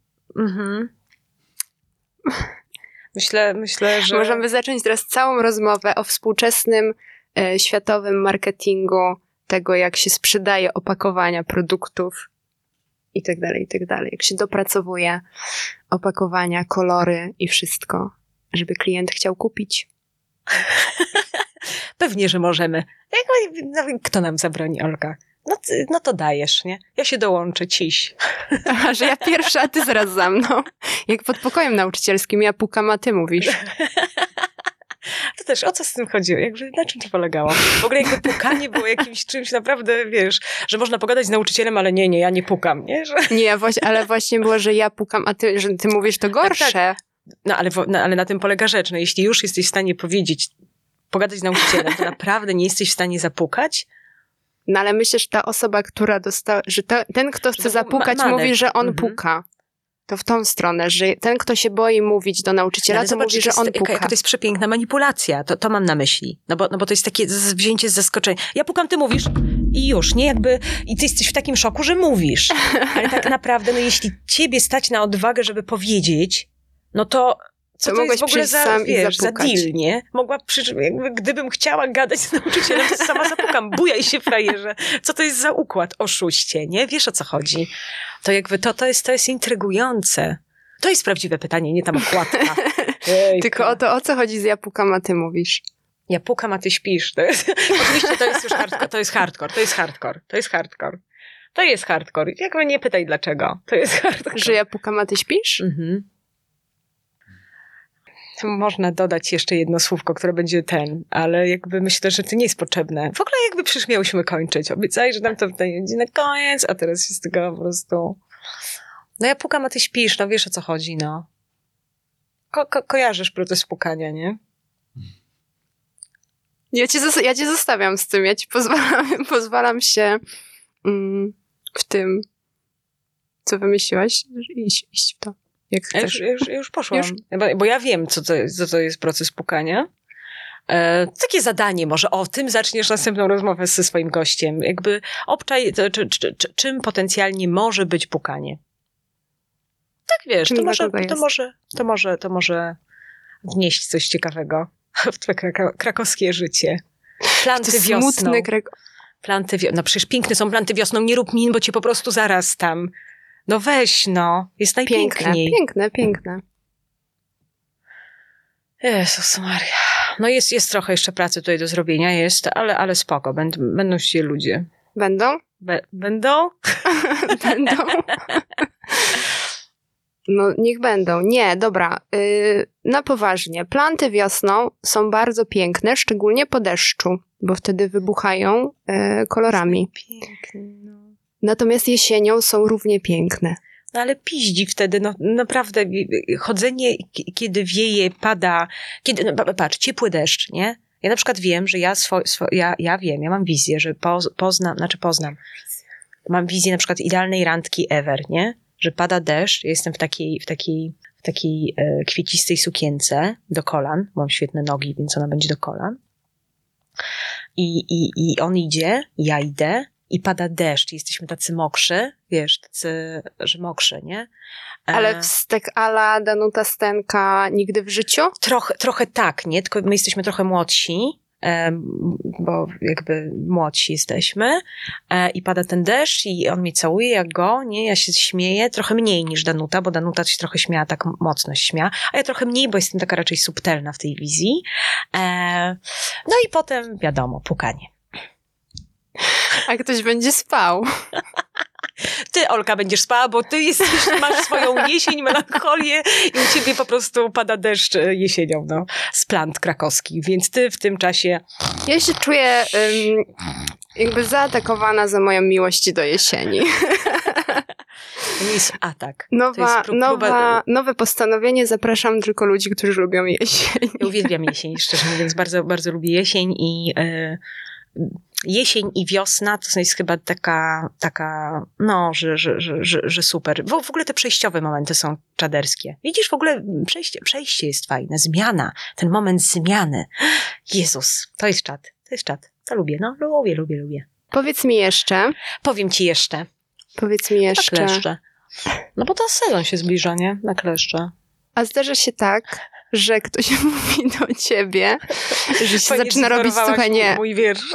Myślę, że... Możemy zacząć teraz całą rozmowę o współczesnym światowym marketingu, tego jak się sprzedaje opakowania produktów i tak dalej. Jak się dopracowuje opakowania, kolory i wszystko, żeby klient chciał kupić. Pewnie, że możemy. Kto nam zabroni, Olka? No to dajesz, nie? Ja się dołączę, ciś. A że ja pierwsza, a ty zaraz za mną. Jak pod pokojem nauczycielskim, ja pukam, a ty mówisz. To też, o co z tym chodziło? Na czym to polegało? W ogóle jakby pukanie było jakimś czymś naprawdę, wiesz, że można pogadać z nauczycielem, ale nie, ja nie pukam, nie? Nie, ale właśnie było, że ja pukam, a że ty mówisz to gorsze. Tak. Ale na tym polega rzecz. No, jeśli już jesteś w stanie pogadać z nauczycielem, to naprawdę nie jesteś w stanie zapukać? No ale myślę, że ta osoba, która dostała, że ten, kto chce zapukać, mówi, że on puka. To w tą stronę, że ten, kto się boi mówić do nauczyciela, to mówi, że on puka. To jest przepiękna manipulacja. To mam na myśli. No bo to jest takie wzięcie z zaskoczenia. Ja pukam, ty mówisz i już, nie? I ty jesteś w takim szoku, że mówisz. Ale tak naprawdę, no jeśli ciebie stać na odwagę, żeby powiedzieć, no to... Co to jest w ogóle za deal, nie? Gdybym chciała gadać z nauczycielem, to sama zapukam. Bujaj się, frajerze. Co to jest za układ? Oszuście, nie? Wiesz, o co chodzi? To jakby to jest intrygujące. To jest prawdziwe pytanie, nie tam okładka. Tylko o co chodzi z ja pukam, a ty mówisz? Ja pukam, a ty śpisz. Oczywiście to jest już hardcore. To jest hardcore. Jakby nie pytaj dlaczego. To jest hardcore. Że ja pukam, a ty śpisz? Mhm. Można dodać jeszcze jedno słówko, które będzie ale jakby myślę, że to nie jest potrzebne. W ogóle jakby przecież miałyśmy kończyć. Obiecaj, że nam to będzie na koniec, a teraz jest tego po prostu... No ja pukam, a ty śpisz, no wiesz o co chodzi, no. Kojarzysz proces pukania, nie? Ja cię zostawiam z tym, ja ci pozwalam się w tym, co wymyśliłaś, iść w to, jak chcesz. Już poszłam, Bo ja wiem, co to jest proces pukania. Takie zadanie może, tym zaczniesz następną rozmowę ze swoim gościem. Jakby obczaj, czym potencjalnie może być pukanie. Tak wiesz, to może wnieść coś ciekawego w twoje krakowskie życie. Planty wiosną. No przecież piękne są planty wiosną, nie rób min, bo cię po prostu zaraz tam. No weź, no. Jest najpiękniej. Piękne. Jezus Maria. No jest trochę jeszcze pracy tutaj do zrobienia, ale spoko. Będą się ludzie. Będą? Będą? Będą. No niech będą. Nie, dobra. Na poważnie. Planty wiosną są bardzo piękne, szczególnie po deszczu, bo wtedy wybuchają kolorami. Piękne, no. Natomiast jesienią są równie piękne. No ale piździ wtedy, no naprawdę, chodzenie, kiedy wieje, pada, patrz, ciepły deszcz, nie? Ja na przykład wiem, że ja mam wizję, że poznam. Mam wizję na przykład idealnej randki ever, nie? Że pada deszcz, ja jestem w takiej kwiecistej sukience do kolan, mam świetne nogi, więc ona będzie do kolan. I on idzie, ja idę i pada deszcz. Jesteśmy tacy mokrzy, wiesz, że mokrzy, nie? Ale wstek ala Danuta Stenka nigdy w życiu? Trochę tak, nie? Tylko my jesteśmy trochę młodsi, bo jakby młodsi jesteśmy i pada ten deszcz i on mnie całuje, jak go, nie? Ja się śmieję, trochę mniej niż Danuta, bo Danuta się trochę śmiała, tak mocno się śmiała, a ja trochę mniej, bo jestem taka raczej subtelna w tej wizji. No i potem, wiadomo, pukanie. A ktoś będzie spał. Ty, Olka, będziesz spała, bo ty masz swoją jesień, melancholię i u ciebie po prostu pada deszcz jesienią, no, z plant krakowskich, więc ty w tym czasie... Ja się czuję jakby zaatakowana za moją miłość do jesieni. To nie jest atak. Nowe postanowienie, zapraszam tylko ludzi, którzy lubią jesień. Ja uwielbiam jesień, szczerze mówiąc, bardzo, bardzo lubię jesień i... Jesień i wiosna to jest chyba taka no, że super. W ogóle te przejściowe momenty są czaderskie. Widzisz, w ogóle przejście jest fajne, zmiana, ten moment zmiany. Jezus, to jest czad. To lubię, no, lubię. Powiedz mi jeszcze. Powiem ci jeszcze. Powiedz mi jeszcze. Na kleszcze. No bo to sezon się zbliża, nie? Na kleszcze. A zdarza się tak, że ktoś mówi do ciebie, że się zaczyna robić, słuchaj, nie. Mój wiersz.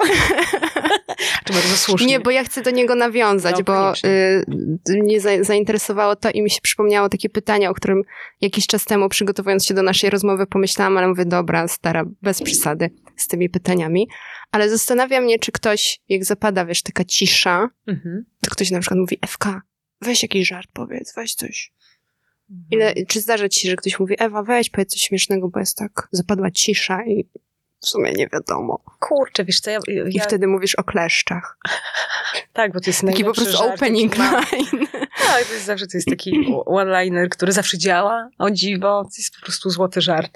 Czy bardzo słusznie. Nie, bo ja chcę do niego nawiązać, no, bo mnie zainteresowało to i mi się przypomniało takie pytanie, o którym jakiś czas temu, przygotowując się do naszej rozmowy, pomyślałam, ale mówię, dobra, stara, bez przesady z tymi pytaniami. Ale zastanawia mnie, czy ktoś, jak zapada, wiesz, taka cisza, to ktoś na przykład mówi, Ewka, weź jakiś żart, powiedz, weź coś. Czy zdarza ci się, że ktoś mówi, Ewa, weź, powiedz coś śmiesznego, bo jest tak, zapadła cisza i w sumie nie wiadomo. Kurczę, wiesz co, I wtedy mówisz o kleszczach. Tak, bo to jest taki po prostu żart, opening line. Tak, to jest taki one-liner, który zawsze działa, o dziwo, to jest po prostu złoty żart.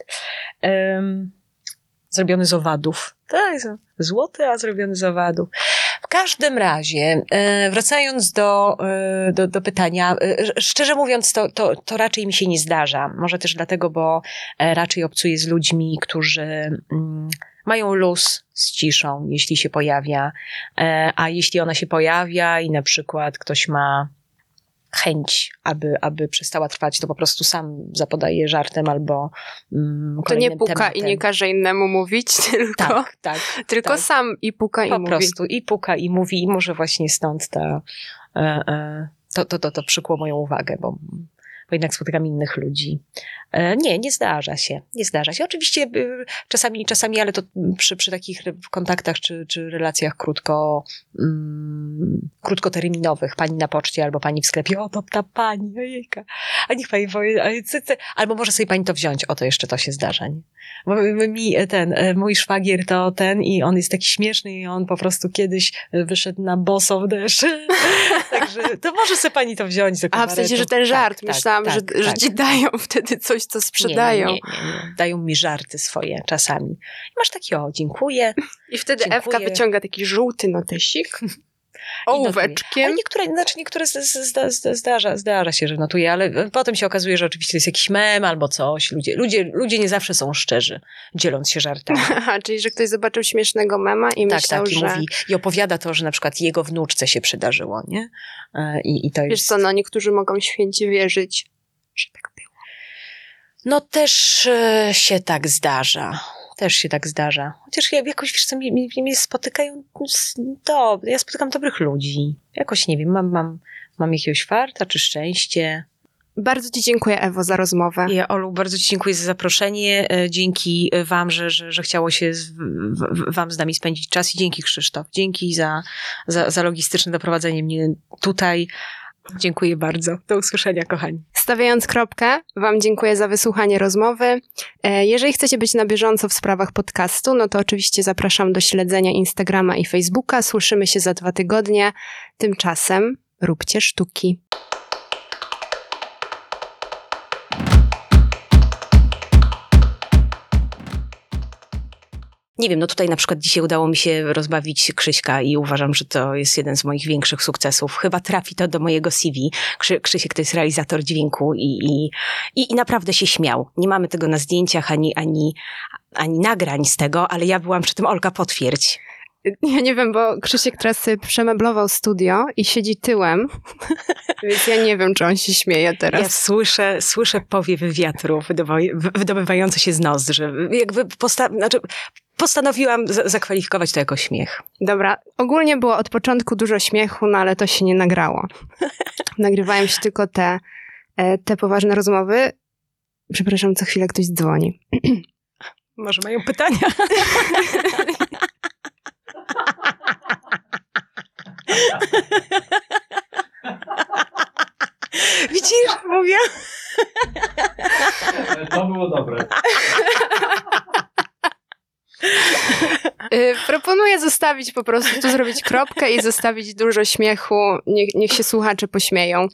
Zrobiony z owadów. Tak, złoty, a zrobiony z owadów. W każdym razie, wracając do pytania, szczerze mówiąc, to raczej mi się nie zdarza. Może też dlatego, bo raczej obcuję z ludźmi, którzy mają luz z ciszą, jeśli się pojawia. A jeśli ona się pojawia i na przykład ktoś ma chęć, aby przestała trwać, to po prostu sam zapodaje żartem albo to nie puka tematem. I nie każe innemu mówić, tylko, tylko sam i puka i mówi. Po prostu i puka i mówi i może właśnie stąd to przykuło moją uwagę, bo jednak spotykam innych ludzi. Nie zdarza się. Nie zdarza się. Oczywiście czasami, ale to przy takich kontaktach czy relacjach krótkoterminowych, pani na poczcie albo pani w sklepie, o to ta pani, ojejka, a niech pani powie, albo może sobie pani to wziąć, to jeszcze to się zdarza, nie? Bo mój szwagier i on jest taki śmieszny i on po prostu kiedyś wyszedł na boso w deszcz. Także to może sobie pani to wziąć do kabaretu. A w sensie, że ten żart. Myślałam, że ci dają wtedy coś, co sprzedają. Nie. Dają mi żarty swoje czasami. I masz taki, dziękuję. I wtedy dziękuję. Ewka wyciąga taki żółty notesik. Ołóweczkiem. Ale niektóre zdarza się, że notuje, ale potem się okazuje, że oczywiście to jest jakiś mem albo coś. Ludzie nie zawsze są szczerzy, dzieląc się żartami. Aha, czyli że ktoś zobaczył śmiesznego mema i myślał, i że... mówi, i opowiada to, że na przykład jego wnuczce się przydarzyło, nie? I to Wiesz jest... co, niektórzy mogą święcie wierzyć, że tak było. No też się tak zdarza. Chociaż jakoś, wiesz co, mnie spotykają ja spotykam dobrych ludzi. Jakoś, nie wiem, mam jakiegoś farta czy szczęście. Bardzo ci dziękuję, Ewo, za rozmowę. Ja, Olu, bardzo ci dziękuję za zaproszenie. Dzięki wam, że chciało się wam z nami spędzić czas i dzięki, Krzysztof. Dzięki za logistyczne doprowadzenie mnie tutaj. Dziękuję bardzo. Do usłyszenia, kochani. Stawiając kropkę, wam dziękuję za wysłuchanie rozmowy. Jeżeli chcecie być na bieżąco w sprawach podcastu, no to oczywiście zapraszam do śledzenia Instagrama i Facebooka. Słyszymy się za 2 tygodnie. Tymczasem róbcie sztuki. Nie wiem, tutaj na przykład dzisiaj udało mi się rozbawić Krzyśka i uważam, że to jest jeden z moich większych sukcesów. Chyba trafi to do mojego CV. Krzysiek to jest realizator dźwięku i naprawdę się śmiał. Nie mamy tego na zdjęciach ani nagrań z tego, ale ja byłam przy tym, Olka, potwierdź. Ja nie wiem, bo Krzysiek teraz sobie przemeblował studio i siedzi tyłem, więc ja nie wiem, czy on się śmieje teraz. Ja słyszę powiew wiatru wydobywający się z nozdrzy. Jakby postanowiłam zakwalifikować to jako śmiech. Dobra, ogólnie było od początku dużo śmiechu, no ale to się nie nagrało. Nagrywają się tylko te poważne rozmowy. Przepraszam, co chwilę ktoś dzwoni. Może mają pytania? Widzisz, mówię? To było dobre. Proponuję zostawić po prostu, tu zrobić kropkę i zostawić dużo śmiechu. Niech się słuchacze pośmieją.